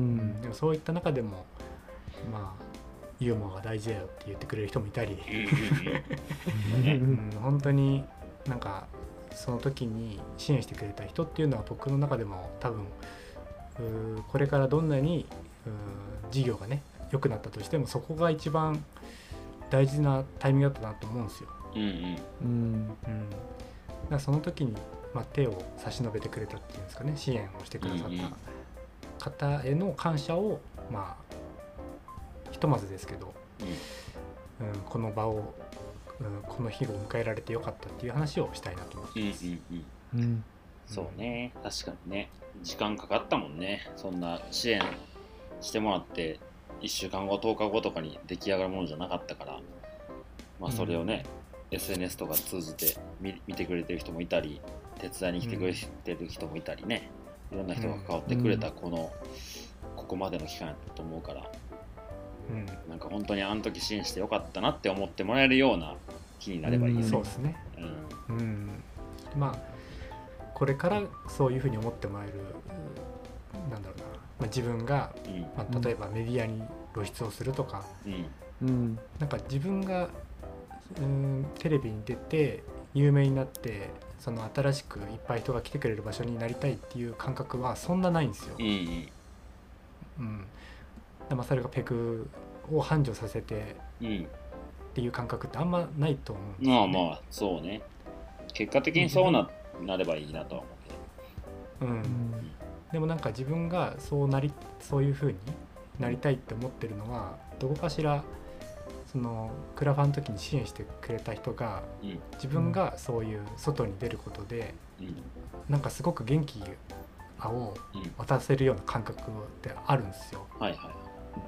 でもそういった中でもまあユーモアが大事だよって言ってくれる人もいたり、うん、本当になんかその時に支援してくれた人っていうのは僕の中でも多分これからどんなに事業がね良くなったとしてもそこが一番大事なタイミングだったなと思うんですよ。うんうんうんうん、だからその時に、まあ、手を差し伸べてくれたっていうんですかね、支援をしてくださった方への感謝をまあひとまずですけど、うんうん、この場を、うん、この日を迎えられてよかったっていう話をしたいなと思ってます。うんうんうんうん、そうね、確かにね時間かかったもんね。そんな支援してもらっていっしゅうかんごとおかごとかに出来上がるものじゃなかったから、まあ、それをね、うん、エスエヌエス とか通じて 見, 見てくれてる人もいたり手伝いに来てくれてる人もいたりね、いろんな人が関わってくれたこの、うん、ここまでの期間だったと思うから、うん、なんか本当にあの時支援してよかったなって思ってもらえるような気になればいいね、うん、 そうですね、うんうん、まあこれからそういうふうに思ってもらえるなんだろうな、まあ、自分が、うんまあ、例えばメディアに露出をするとか、うん、なんか自分がうんテレビに出て有名になってその新しくいっぱい人が来てくれる場所になりたいっていう感覚はそんなないんですよ、うんうん、でまあそれがペグを繁盛させてっていう感覚ってあんまないと思うんですよね。 まあまあそうね、結果的にそう な,、うん、なればいいなとは思うけど、うん、 でもなんか自分がそうなりそういう風になりたいって思ってるのはどこかしらそのクラファンの時に支援してくれた人が、うん、自分がそういう外に出ることで、うん、なんかすごく元気を渡せるような感覚ってあるんですよ、 うんはいはい、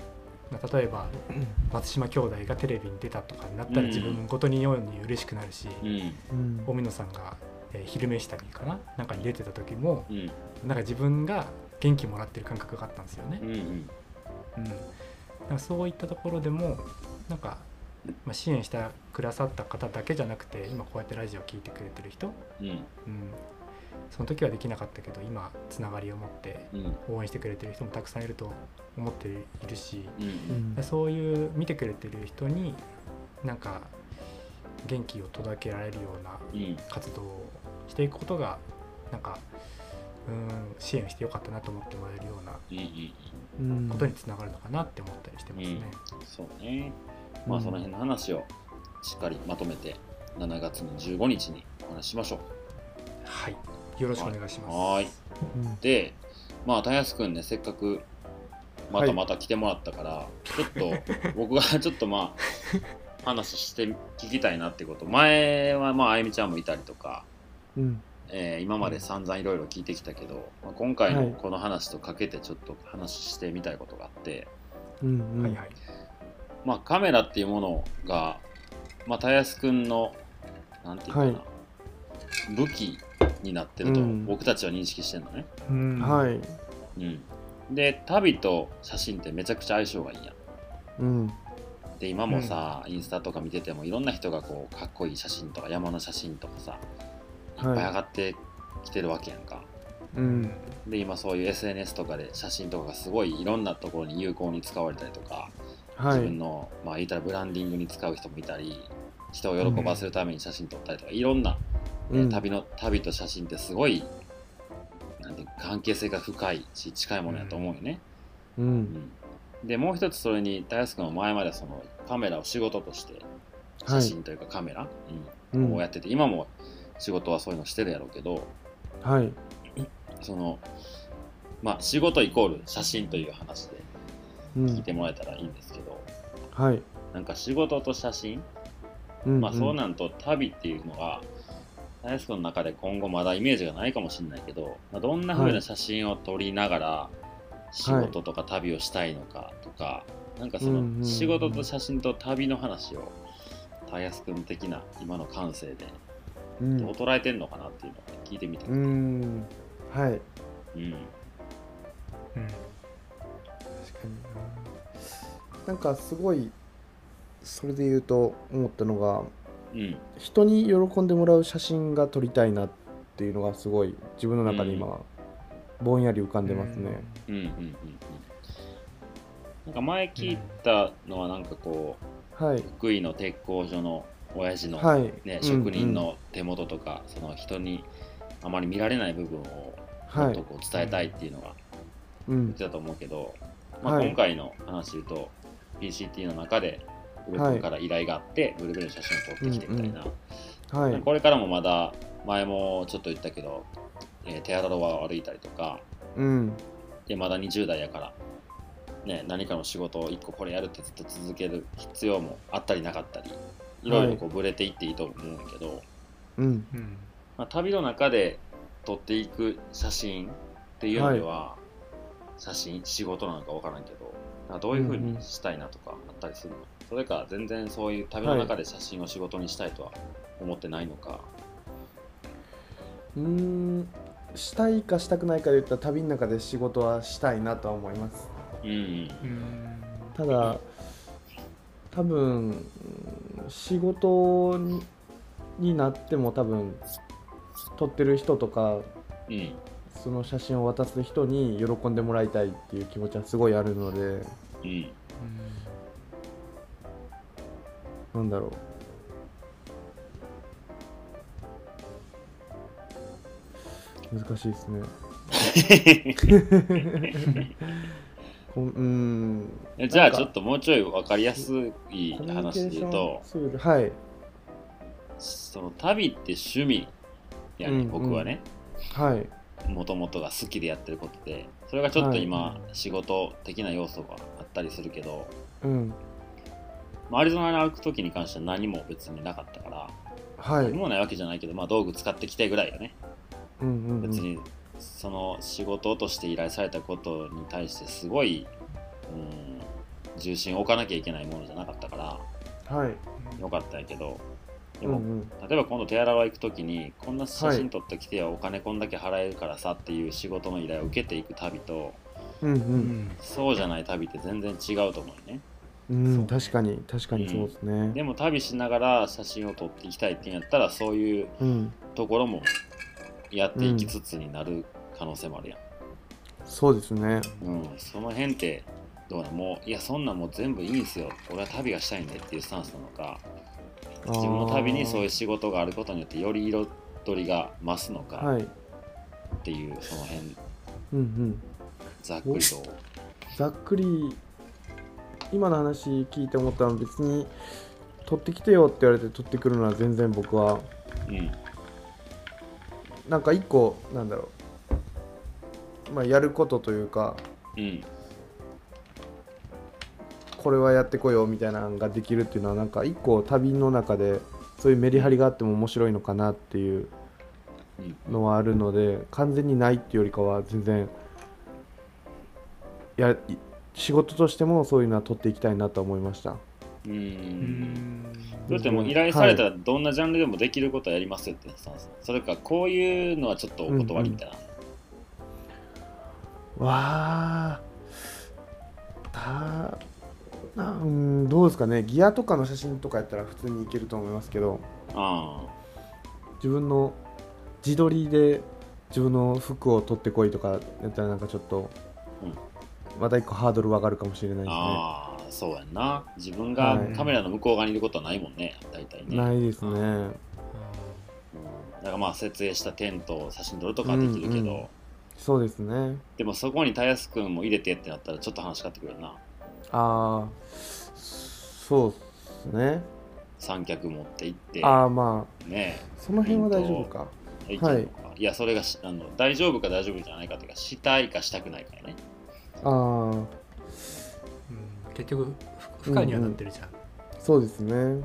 例えば松島兄弟がテレビに出たとかになったら自分ごとにように嬉しくなるし、うん、大野さんが、えー、昼飯旅かななんかに出てた時も、うん、なんか自分が元気もらってる感覚があったんですよね、うんうんうん、なんかそういったところでもなんか、まあ、支援してくださった方だけじゃなくて今こうやってラジオを聞いてくれてる人、うんうん、その時はできなかったけど今つながりを持って応援してくれてる人もたくさんいると思っているし、うんうん、そういう見てくれてる人になんか元気を届けられるような活動をしていくことがなんかうん支援してよかったなと思ってもらえるようなことにつながるのかなって思ったりしてますね、 うんうん、そうね、まあその辺の話をしっかりまとめてしちがつのじゅうごにちにお話ししましょう。 はい、よろしくお願いします。 はい、で、まあたやすくんねせっかくまたまた来てもらったから、はい、ちょっと僕がちょっとまあ話して聞きたいなってこと、前はまああゆみちゃんもいたりとか、うんえー、今まで散々いろいろ聞いてきたけど、まあ、今回のこの話とかけてちょっと話してみたいことがあって、うんはいはいまあ、カメラっていうものが、まあ、たやすくんのなんていうかな、はい、武器になってると僕たちは認識してるのね、うんはいうん、で旅と写真ってめちゃくちゃ相性がいいやん、うん、で今もさ、うん、インスタとか見ててもいろんな人がこうかっこいい写真とか山の写真とかさいっぱい上がってきてるわけやんか、はいうん、で今そういう エスエヌエス とかで写真とかがすごいいろんなところに有効に使われたりとか、はい、自分のまあ言ったらブランディングに使う人もいたり人を喜ばせるために写真撮ったりとか、うん、いろんな、ね、旅の旅と写真ってすごいなんて関係性が深いし近いものやと思うよね、うんうん、でもう一つそれにたやすくんは前までそのカメラを仕事として写真というかカメラ、はいうん、をやってて今も仕事はそういうのしてるやろうけど、はい、そのまあ仕事イコール写真という話で聞いてもらえたらいいんですけど、うん、はい、なんか仕事と写真、うんうん、まあそうなんと旅っていうのがたやすくんの中で今後まだイメージがないかもしれないけど、まあ、どんな風な写真を撮りながら仕事とか旅をしたいのかとか、はい、なんかその仕事と写真と旅の話をたやすくん的な今の感性でどう捉えてんのかなっていうのを聞いてみてください。うん、はい。うん。うん。確かにな。なんかすごいそれで言うと思ったのが、うん、人に喜んでもらう写真が撮りたいなっていうのがすごい自分の中で今、うん、ぼんやり浮かんでますね。うんうんうんうん。 なんか前聞いたのはなんかこう、はい、福井の鉄工所の親父の、ねはい職人の手元とか、うんうん、その人にあまり見られない部分をもっとこう伝えたいっていうのが言ってたと思うけど、うんまあ、今回の話で言うと、はい、ピーシーティー の中でブルペンから依頼があってブルペンの写真を撮ってきてみたいな、うんうんはい、これからもまだ前もちょっと言ったけど、えー、手洗いを歩いたりとか、うん、でまだにじゅう代やからね、何かの仕事をいっここれやるってずっと続ける必要もあったりなかったりいろいろこうブレていっていいと思うんだけど、はいうんまあ、旅の中で撮っていく写真っていうのでは、はい、写真仕事なのか分からんけどなんかどういう風にしたいなとかあったりするの、うんうん、それか全然そういう旅の中で写真を仕事にしたいとは思ってないのか、はい、 うーんしたいかしたくないかで言ったら旅の中で仕事はしたいなとは思います。うん、ただ多分仕事になっても多分撮ってる人とか、うん、その写真を渡す人に喜んでもらいたいっていう気持ちはすごいあるので、うん、なんだろう難しいですねうんじゃあちょっともうちょい分かりやすい話で言うと、はい、その旅って趣味やね、うんうん、僕はね、はい、もともとが好きでやってることでそれがちょっと今、はい、仕事的な要素があったりするけど、うんまあ、アリゾナに歩く時に関しては何も別になかったから、はい、何もないわけじゃないけど、まあ、道具使ってきてぐらいよね、うんうんうん、別にその仕事として依頼されたことに対してすごい、うん、 重心を置かなきゃいけないものじゃなかったから、 はい、 よかったんやけど、でも、 うんうん、 例えば今度手洗わ行くときにこんな写真撮ってきてよ、はい、お金こんだけ払えるからさっていう仕事の依頼を受けていく旅と、 うんうん、 そうじゃない旅って全然違うと思うね。 うん、確かに確かにそうですね、うん、 でも旅しながら写真を撮っていきたいっていうんやったらそういうところもやっていきつつになる可能性もあるやん、 うん、そうですね、 うん、その辺ってどうなの？もういやそんなんもう全部いいんすよ、俺は旅がしたいんでっていうスタンスなのか、自分の旅にそういう仕事があることによってより彩りが増すのかっていう、その辺、 うんうん、 ざっくりとざっくり今の話聞いて思ったのは、別に取ってきてよって言われて取ってくるのは全然僕は、うん、なんか一個なんだろう、まあ、やることというか、うん、これはやってこいよみたいなのができるっていうのは、なんか一個旅の中でそういうメリハリがあっても面白いのかなっていうのはあるので、完全にないっていうよりかは全然や仕事としてもそういうのは取っていきたいなと思いました。 うーん、だってもう依頼されたらどんなジャンルでもできることはやりますよってスタンス、それかこういうのはちょっとお断りみたいな、 うんうん、わーたな、うん、どうですかね。ギアとかの写真とかやったら普通にいけると思いますけど、あ自分の自撮りで自分の服を撮ってこいとかやったらなんかちょっと、うんまた一個ハードル上がるかもしれないですね。 ああ、そうやんな。自分がカメラの向こう側にいることはないもんね、大体ね。 ないですね。うん、 だからまあ設営したテントを写真撮るとかはできるけど、うんうん、 そうですね。 でもそこにたやすくんも入れてってなったらちょっと話変わってくるな。ああ、そうですね。 三脚持って行って、 ああまあね、 その辺は大丈夫か。 はい。いやそれがあの大丈夫か大丈夫じゃないかというか、したいかしたくないかね。 ああ、うん、 結局負荷にはなってるじゃん、 うん、そうですね、うん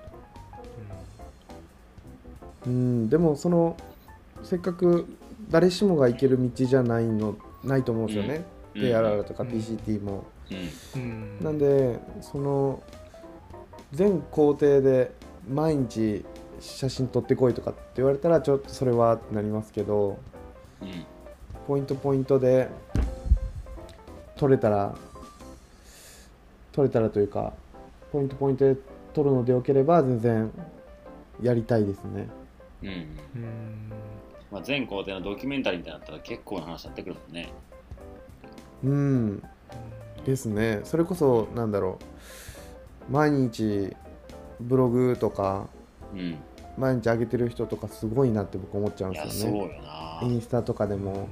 うん、でもそのせっかく誰しもが行ける道じゃないのないと思うんですよね、うん、ティーアールアール とか ピーシーティー も、うん、なんでその全工程で毎日写真撮ってこいとかって言われたらちょっとそれはってなりますけど、うん、ポイントポイントで撮れたら撮れたらというかポイントポイントで撮るのでよければ全然やりたいですね。うん、うんまあ、全工程のドキュメンタリーみたいになったら結構な話になってくるもんね。 うんですね。それこそなんだろう、毎日ブログとか、うん、毎日上げてる人とかすごいなって僕思っちゃうんですよね。いやそうよな。インスタとかでも、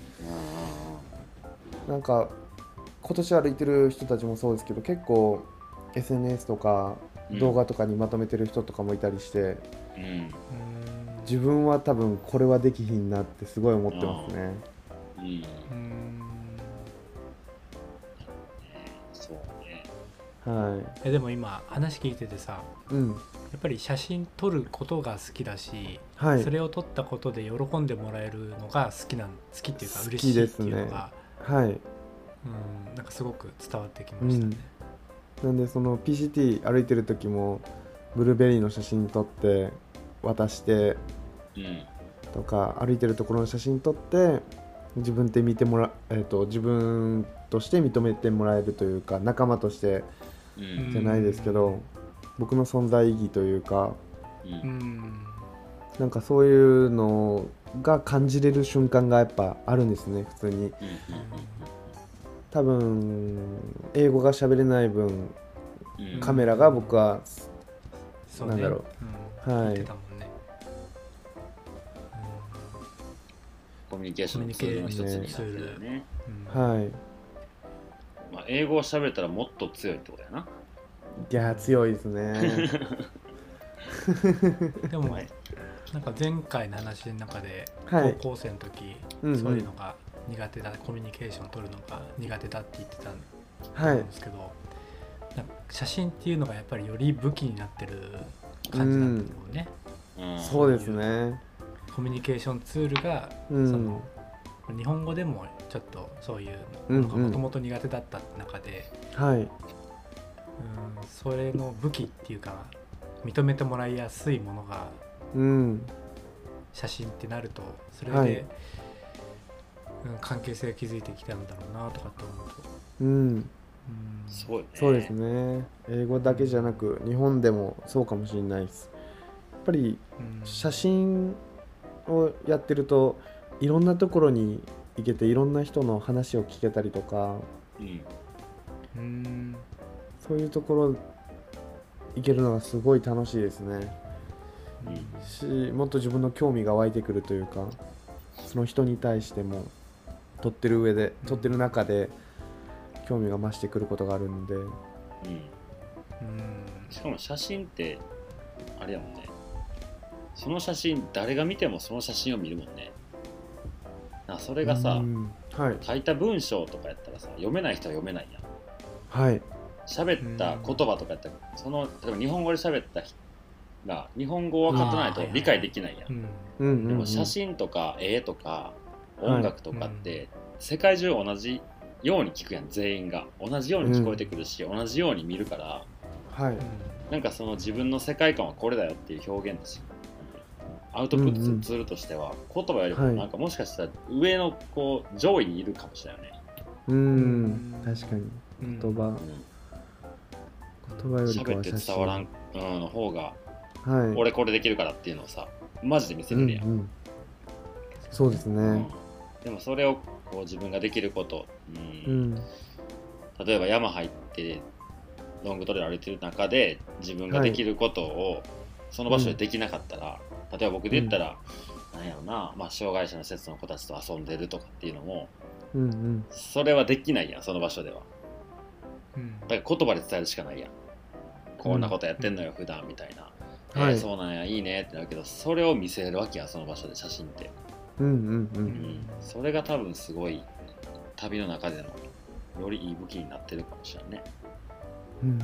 うん、なんか今年歩いてる人たちもそうですけど、結構 エスエヌエス とか動画とかにまとめてる人とかもいたりして、うん、自分は多分これはできひんなってすごい思ってますね。うん、うんそうね。 はい、えでも今話聞いててさ、うん、やっぱり写真撮ることが好きだし、はい、それを撮ったことで喜んでもらえるのが好きなん好きっていうか嬉しいっていうのが、はい、うん、なんかすごく伝わってきましたね、 うん、なんでその ピーシーティー 歩いてる時もブルーベリーの写真撮って渡して、うん、とか歩いてるところの写真撮って自分で見てもら、えーと、自分として認めてもらえるというか仲間としてじゃないですけど、うん、僕の存在意義というか、うん、なんかそういうのが感じれる瞬間がやっぱあるんですね普通に、うん、多分英語が喋れない分、うん、カメラが僕は、うん、なんだろう、うん、はい、 コミュニケーションのツールの一つになってるよね、 うん、はい、 まあ、英語を喋れたらもっと強いってことやな。 いや強いですねでもなんか前回の話の中で、はい、高校生の時、うんうん、そういうのが苦手だ、コミュニケーションを取るのが苦手だって言ってたんですけど、はい、なんか写真っていうのがやっぱりより武器になってる感じなんだと思うね、 うんうん、そうですね。 コミュニケーションツールが、うん、その日本語でもちょっとそういうのがもともと苦手だった中で、うんうん、はい、 それの武器っていうか認めてもらいやすいものがうん写真ってなると、それで、 はい、 うん、関係性が築いてきたんだろうなとかって思うと、 うん、 うん、 そうよね。 そうですね。英語だけじゃなく日本でもそうかもしれないです。やっぱり写真をやってるといろんなところに行けて、いろんな人の話を聞けたりとか、 うんうん、 そういうところ行けるのがすごい楽しいですね。し、もっと自分の興味が湧いてくるというか、その人に対しても撮ってる上で撮ってる中で興味が増してくることがあるんで、うん、 しかも写真ってあれやもんね、その写真誰が見てもその写真を見るもんね。なそれがさ、 はい、 書いた文章とかやったらさ読めない人は読めないやん。 はい、 喋った言葉とかやったら、その例えば日本語で喋った人が日本語を分かってないと理解できないやん。でも写真とか絵とか音楽とかって世界中同じように聞くやん。全員が同じように聞こえてくるし、うん、同じように見るから、 はい、 なんかその自分の世界観はこれだよっていう表現だし、アウトプットするツールとしては言葉よりもなんかもしかしたら上のこう上位にいるかもしれないよね。 うん、確かに言葉、うん、言葉よりかは喋って伝わらん、うん、の方が、 はい、 俺これできるからっていうのをさマジで見せるやん、うんうん、 そうですね、うん、 でもそれをこう自分ができること、うんうん、例えば山入ってロングトレイル歩いてる中で自分ができることをその場所でできなかったら、はい、例えば僕で言ったら、うん、なんやろな、まあ、障害者の施設の子たちと遊んでるとかっていうのも、うんうん、それはできないやん、その場所では、うん、だから言葉で伝えるしかないやん。こんなことやってんのよ、うん、普段みたいな、はい、えー、そうなんや、いいねってなるけど、それを見せるわけや、その場所で写真って、うんうんうんうん、それが多分すごい旅の中でのよりいい武器になってるかもしれないね。うんうん、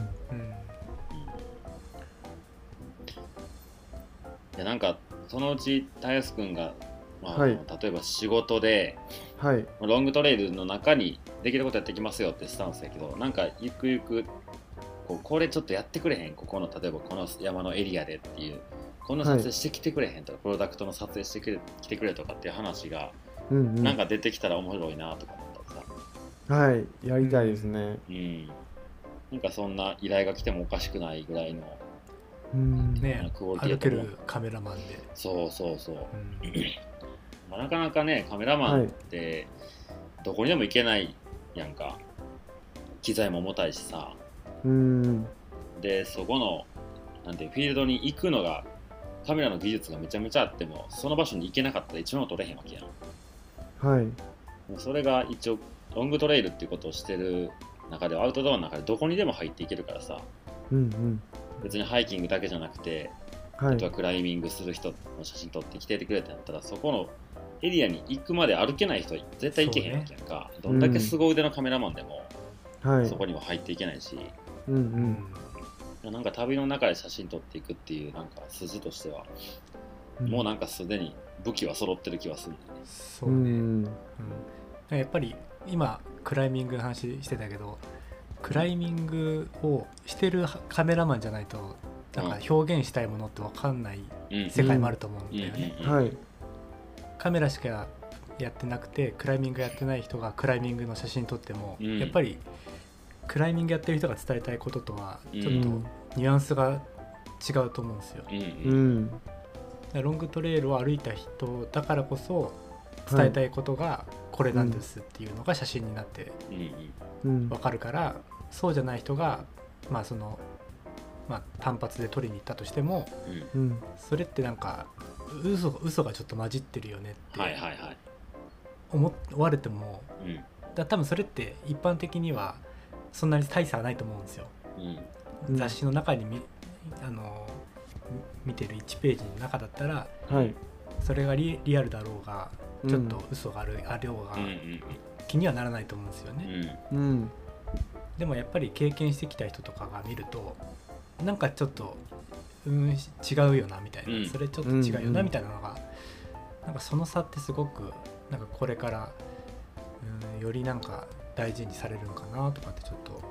いやなんかそのうちたやすくんが、まあはい、例えば仕事で、はい、ロングトレイルの中にできることやってきますよってスタンスやけど、なんかゆくゆくこうこれちょっとやってくれへん、ここの例えばこの山のエリアでっていう、こんな撮影してきてくれへんとか、はい、プロダクトの撮影してくれ来てくれとかっていう話が、うんうん、なんか出てきたら面白いなとか思ったらさ、はい、やりたいですね、 うん、なんかそんな依頼が来てもおかしくないぐらいの、 うんね、歩けるカメラマンで、 そうそうそう、うんまあ、なかなかねカメラマンってどこにでも行けないやんか、機材も重たいしさ、うんでそこのなんてフィールドに行くのがカメラの技術がめちゃめちゃあってもその場所に行けなかったら一番取れへんわけやん。はい。それが一応ロングトレイルっていうことをしてる中ではアウトドアの中でどこにでも入っていけるからさ、うんうん、別にハイキングだけじゃなくて、はい、あとはクライミングする人の写真撮ってきててくれってなったら、そこのエリアに行くまで歩けない人は絶対行けへんわけやんか、ね、どんだけ凄腕のカメラマンでも、うん、そこには入っていけないし、うんうん、なんか旅の中で写真撮っていくっていうなんか筋としては、うん、もうなんかすでに武器は揃ってる気はするんだよね。 そうね、うんうん、やっぱり今クライミングの話してたけど、クライミングをしてるカメラマンじゃないとなんか表現したいものって分かんない世界もあると思うんだよね。カメラしかやってなくてクライミングやってない人がクライミングの写真撮っても、うん、やっぱりクライミングやってる人が伝えたいこととはちょっとニュアンスが違うと思うんですよ、うんうん、ロングトレイルを歩いた人だからこそ伝えたいことがこれなんですっていうのが写真になって分かるから、そうじゃない人がまあそのまあ単発で撮りに行ったとしても、うん、それってなんか嘘、嘘がちょっと混じってるよねって思われても、だ多分それって一般的にはそんなに大差はないと思うんですよ、うん、雑誌の中にみあの見てるいちページの中だったら、はい、それが リ, リアルだろうがちょっと嘘がある、うん、ありょうが気にはならないと思うんですよね、うんうん、でもやっぱり経験してきた人とかが見るとなんかちょっと、うん、違うよなみたいな、うん、それちょっと違うよなみたいなのが、うんうん、なんかその差ってすごくなんかこれから、うん、よりなんか大事にされるのかなとかってちょっと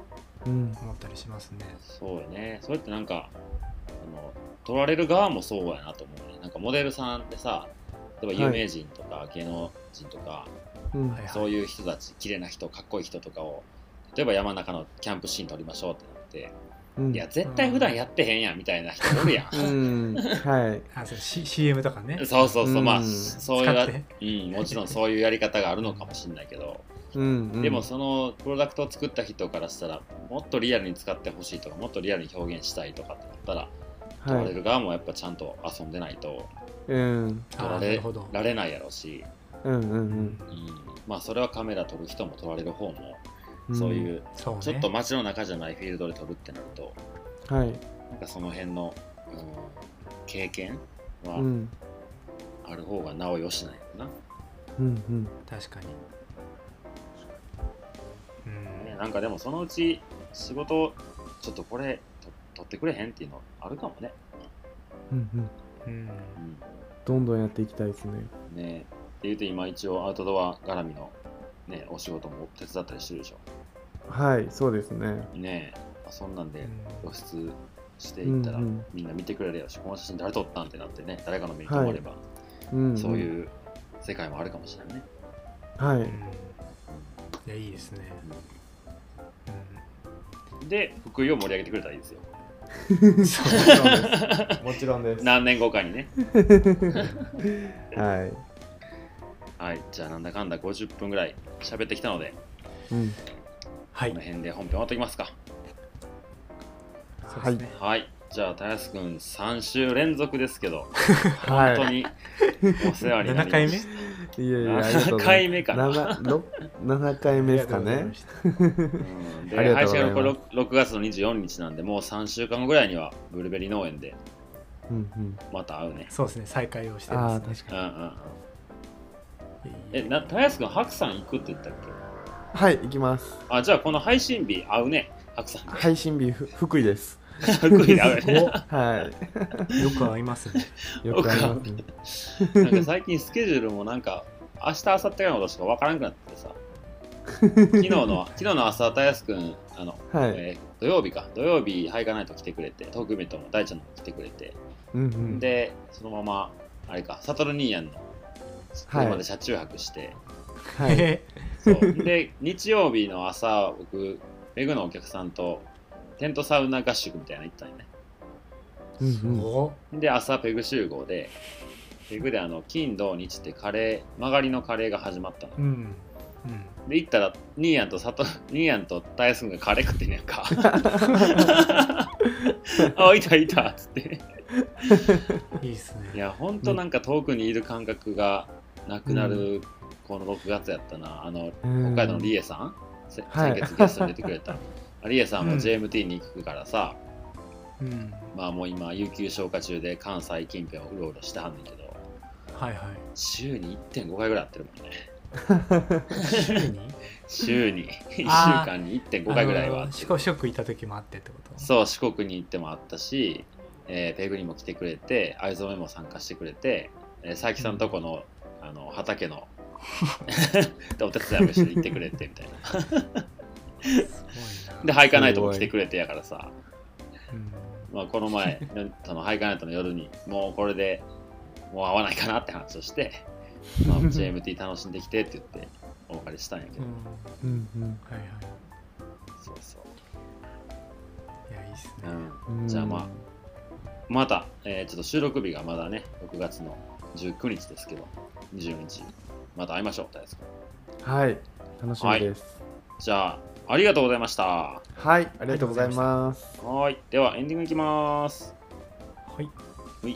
思ったりしますね。 そうよね。それってなんかあの撮られる側もそうやなと思うね。なんかモデルさんってさ、例えば有名人とか芸能人とか、 はい、 そういう人たち、綺麗な人、かっこいい人とかを例えば山中のキャンプシーン撮りましょうってなって、うん、いや絶対普段やってへんやんみたいな人おるやん。 うん、はい。 あ、そう、C、シーエム とかね。 そうそうそう、うん、まあそういう、うん、もちろんそういうやり方があるのかもしれないけど、うんうん、でもそのプロダクトを作った人からしたらもっとリアルに使ってほしいとか、もっとリアルに表現したいとかってなったら、撮られる側もやっぱちゃんと遊んでないと、うん、撮られられないやろうし、うんうんうんうん、まあそれはカメラ撮る人も撮られる方も、そういう、うん、ちょっと街の中じゃないフィールドで撮るってなると、はい、なんかその辺の、うん、経験はある方がなおよしないかな。 うんうん、確かに、 うんね、なんかでもそのうち仕事ちょっとこれ取ってくれへんっていうのあるかもね。 うんうんうん、どんどんやっていきたいですね。 ねっていうと今一応アウトドア絡みの、ね、お仕事も手伝ったりしてるでしょ。 はい、そうですね。 ねえ、そんなんで露出していったら、うんうん、みんな見てくれるやし、この写真誰撮ったんってなってね、誰かの目に留まれば、はい、うんうん、そういう世界もあるかもしれないね。 はい。 うん、いや、いいですね。 うん、で、福井を盛り上げてくれたらいいですよ。 もちろんです。 何年後かにね。 はい。 はい、じゃあなんだかんだごじゅっぷんぐらい喋ってきたので、うん、はい、この辺で本編終わっておきますか。 はい、 はい、じゃあたやすくんさん週連続ですけど、はい、本当にお世話になりました。ななかいめ？ いやいや、 ななかいめかな。 ななかいめですかね。 うん、で配信がこれろくがつのにじゅうよっかなんで、もうさんしゅうかんごぐらいにはブルーベリー農園でまた会うね。 そうですね、再会をしてますね。 あ、確かに。うんうんうん、 え、な、たやすくん白山行くって言ったっけ？ はい、行きます。 あ、じゃあこの配信日会うね、白山。 配信日ふ福井です。 福井で会うね。 はい。 よく会いますね。 よく会いますね。なんか最近スケジュールもなんか明日明後日のことしかわからなくなってさ。昨日の昨日の朝たやすくんあの、はい、えー、土曜日か土曜日ハイカナイト来てくれて、トークイベントも大ちゃんの来てくれて、うんうん、でそのままあれかサトルニーヤンの車で車中泊して、はい、そうで日曜日の朝僕ペグのお客さんとテントサウナ合宿みたいなの行ったんよね。 うんうん、で朝ペグ集合でペグであの金土日ってカレー曲がりのカレーが始まったの、うんうん、で行ったらニーヤンとサトニーヤンとタイスンがカレー食ってんねんか。あ、いたいたっつっていいっすね。 いやほんとなんか遠くにいる感覚がなくなる、うん、このろくがつやったな。あの、うん、北海道のリエさん、先月ゲストに出てくれた、はい、リエさんも ジェーエムティー に行くからさ、うん、まあもう今有給消化中で関西近辺をうろうろしてはんねんけど、 はいはい、 週に いってんご 回ぐらい会ってるもんね。 週に週にいっしゅうかんに いってんご 回ぐらいは四国四国行った時もあってってこと？ そう四国に行ってもあったし、えー、ペグにも来てくれて、藍染めも参加してくれて、えー、佐伯さんとこの、うん、あの畑のお手伝いも一緒に行ってくれてみたいな。すごいな。でハイカナイトも来てくれてやからさ、うん、まあ、この前そのハイカナイトの夜にもうこれでもう会わないかなって話をして、まあ、ジェーエムティー 楽しんできてって言ってお別れしたんやけど、うんうんうん、はいはい、そうそう、 いやいいっすね、 うん、じゃあまあまた、えー、ちょっと収録日がまだねろくがつのじゅうくにちですけど、にじゅうにちまた会いましょう。大輔君、 はい、楽しみです、 はい、じゃあありがとうございました。 はい、ありがとうございます。 はい、ではエンディングいきます。 はい、 はい、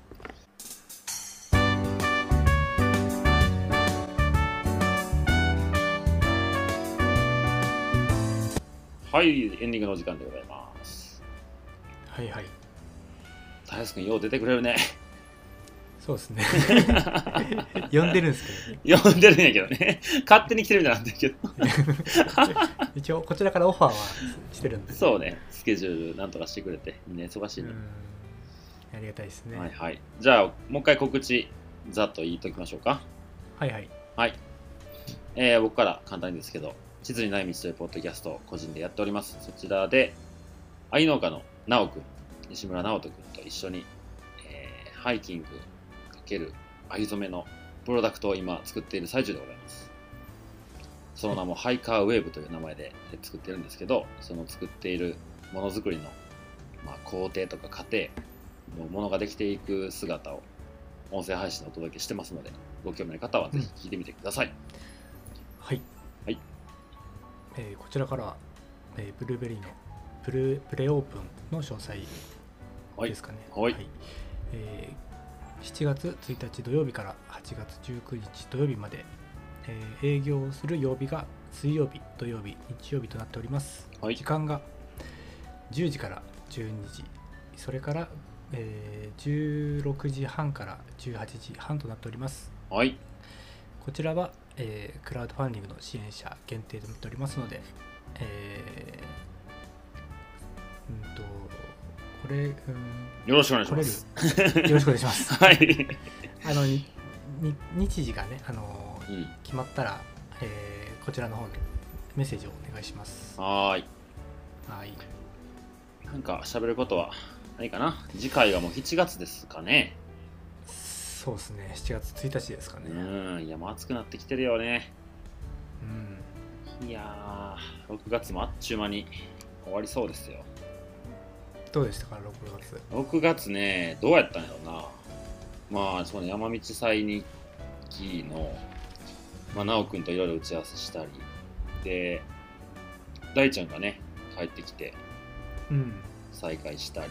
はい、エンディングのお時間でございます。 はいはい。 大輔君よう出てくれるね。 そうですね。呼んでるんですけどね。呼んでるんやけどね。勝手に来てるみたいなんだけど。 一応こちらからオファーはしてるんで。 そうね。スケジュールなんとかしてくれて、みんな忙しいね。 ありがたいですね。 はいはい。じゃあもう一回告知ざっと言いときましょうか。 はいはい。 はい。えー、僕から簡単にですけど、 地図にない道というポッドキャストを個人でやっております。そちらで愛農家の直くん、西村直人くんと一緒に、えー、ハイキング×藍染めのプロダクトを今作っている最中でございます。その名もハイカーウェーブという名前で作ってるんですけど、その作っているものづくりの、まあ、工程とか過程のものができていく姿を音声配信でお届けしてますので、ご興味の方はぜひ聞いてみてください。うん、 はい、はい。えー、こちらからは、えー、ブルーベリーのプレ、プレオープンの詳細ですかね。 はい。はい、 えー、しちがつついたち土曜日からはちがつじゅうくにち土曜日まで、えー、営業する曜日が水曜日、土曜日、日曜日となっております。はい、時間がじゅうじからじゅうにじ、それから、えー、じゅうろくじはんからじゅうはちじはんとなっております。 はい。 こちらは、えー、クラウドファンディングの支援者限定となっておりますので、えー、うんとこれ、うん、 よろしくお願いします。 よろしくお願いします。 はい。 あのにに日時がね、あのーうん、決まったら、えー、こちらの方にメッセージをお願いします。 はい。 はい。 なんか喋ることはないかな。次回がもうしちがつですかね。 そうですね、しちがつついたちですかね。 うん、いやもう暑くなってきてるよね。 うん。 いやー、ろくがつもあっちゅう間に終わりそうですよ。 どうでしたか、ろくがつ。 ろくがつね、どうやったんやろうな。まあ、その山道祭日記の、まあ、直くんといろいろ打ち合わせしたり、で、大ちゃんがね、帰ってきて、 うん、 再会したり、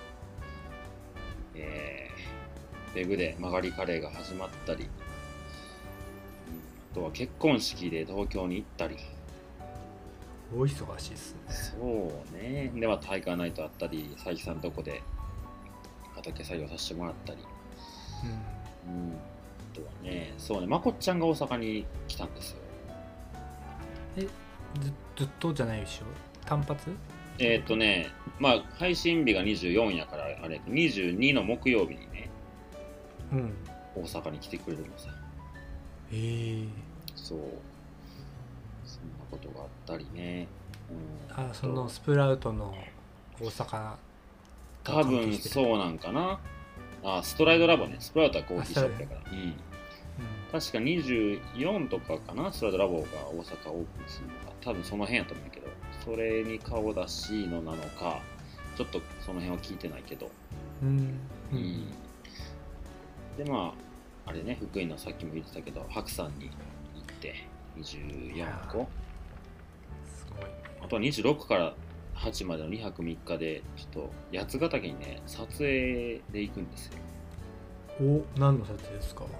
えー、ペグで曲がりカレーが始まったり、あとは結婚式で東京に行ったり、 大忙しいですね。 そうね。では大会ナイトあったり、佐伯さんとこで畑作業させてもらったり、うん、うん、あとはね、そうね、まこっちゃんが大阪に来たんですよ。 え、ず, ずっとじゃないでしょ、単発？ えー、っとね、まあ配信日がにじゅうよっかやからあれ、にじゅうにの木曜日にね、 うん、 大阪に来てくれるのさ。 へえ。 そう。そんなことがあったりね。 うん、あ、そのスプラウトの大阪、 多分そうなんかな。あ、ストライドラボね。スプラウトはコーヒーショップやから。うん。うん、確かにじゅうよんとかかな、ストライドラボが大阪オープンするのが。多分その辺やと思うけど、それに顔出しのなのか、ちょっとその辺は聞いてないけど。 うん。 うん。で、まあ、あれね、福井のさっきも言ってたけど、白山に行って、にじゅうよんこ。 すごいね。 あとはにじゅうろくからはちまでのにはくみっかで、ちょっと八ヶ岳にね、撮影で行くんですよ。 お、何の撮影ですか？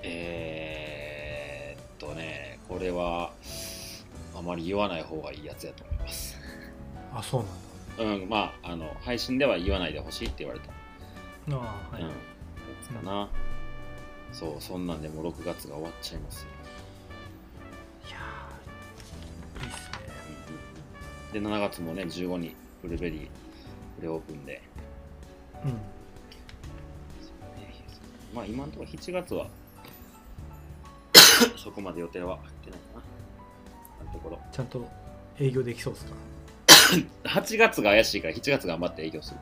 えーっとね、これはあまり言わない方がいいやつやと思います。 あ、そうなんだ。うん、まあ、あの配信では言わないでほしいって言われた。 ああ、はい。うん、やつかな。うん、そう、そんなんでもうろくがつが終わっちゃいますよ。 いやー、いいっすね。 で、しちがつもね、じゅうごにブルーベリープレオープンで。 うん。 まあ今のところしちがつはそこまで予定は入ってないかな。今のところ。 ちゃんと営業できそうですか？ はちがつが怪しいからしちがつ頑張って営業する。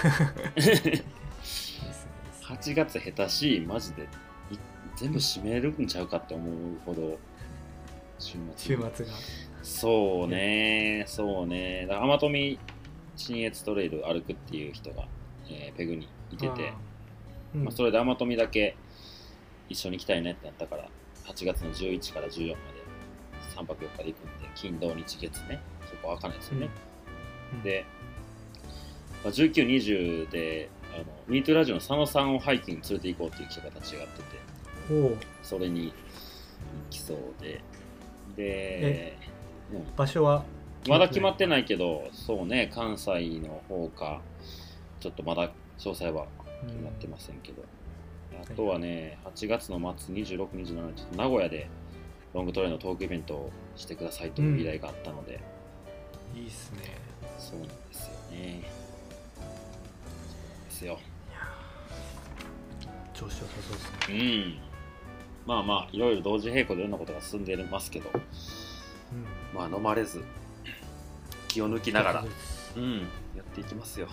はちがつ下手しい、マジで全部閉めるんちゃうかって思うほど週末。 週末が。 そうね、そうね。だから天富信越トレイル歩くっていう人が、えー、ペグにいてて、うん、まあ、それで天富だけ一緒に行きたいねってなったから、はちがつのじゅういちからじゅうよっかでさんぱくよっかで行くんで、金土日月ね、そこは開かないですよね。うん、で、まあ、じゅうく、にじゅうであのミートラジオの佐野さんをハイキングに連れて行こうっていう企画が立ち上がってて、 おそれに行きそうで、で、 うん、場所はまだ決まってないけど、そうね、関西の方か、ちょっとまだ詳細は決まってませんけど、うん、あとはね、はちがつの末、にじゅうろく、にじゅうしちにち、名古屋でロングトレイルのトークイベントをしてくださいという依頼があったので、 うん、いいっすね。 そうなんですよね。ですよ。 いや調子良さそうですね。 うん。まあまあ、いろいろ同時並行でいろんなことが進んでますけど、 まあ飲まれず気を抜きながら、うん、やっていきますよ。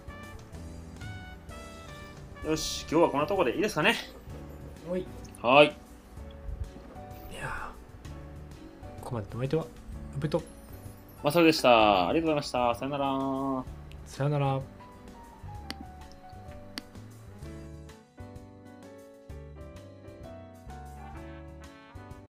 よし、今日はこんなところでいいですかね。 はい。 はい。いやここまでのお相手は宇部とまさるでした。ありがとうございました。さよなら。 さよなら。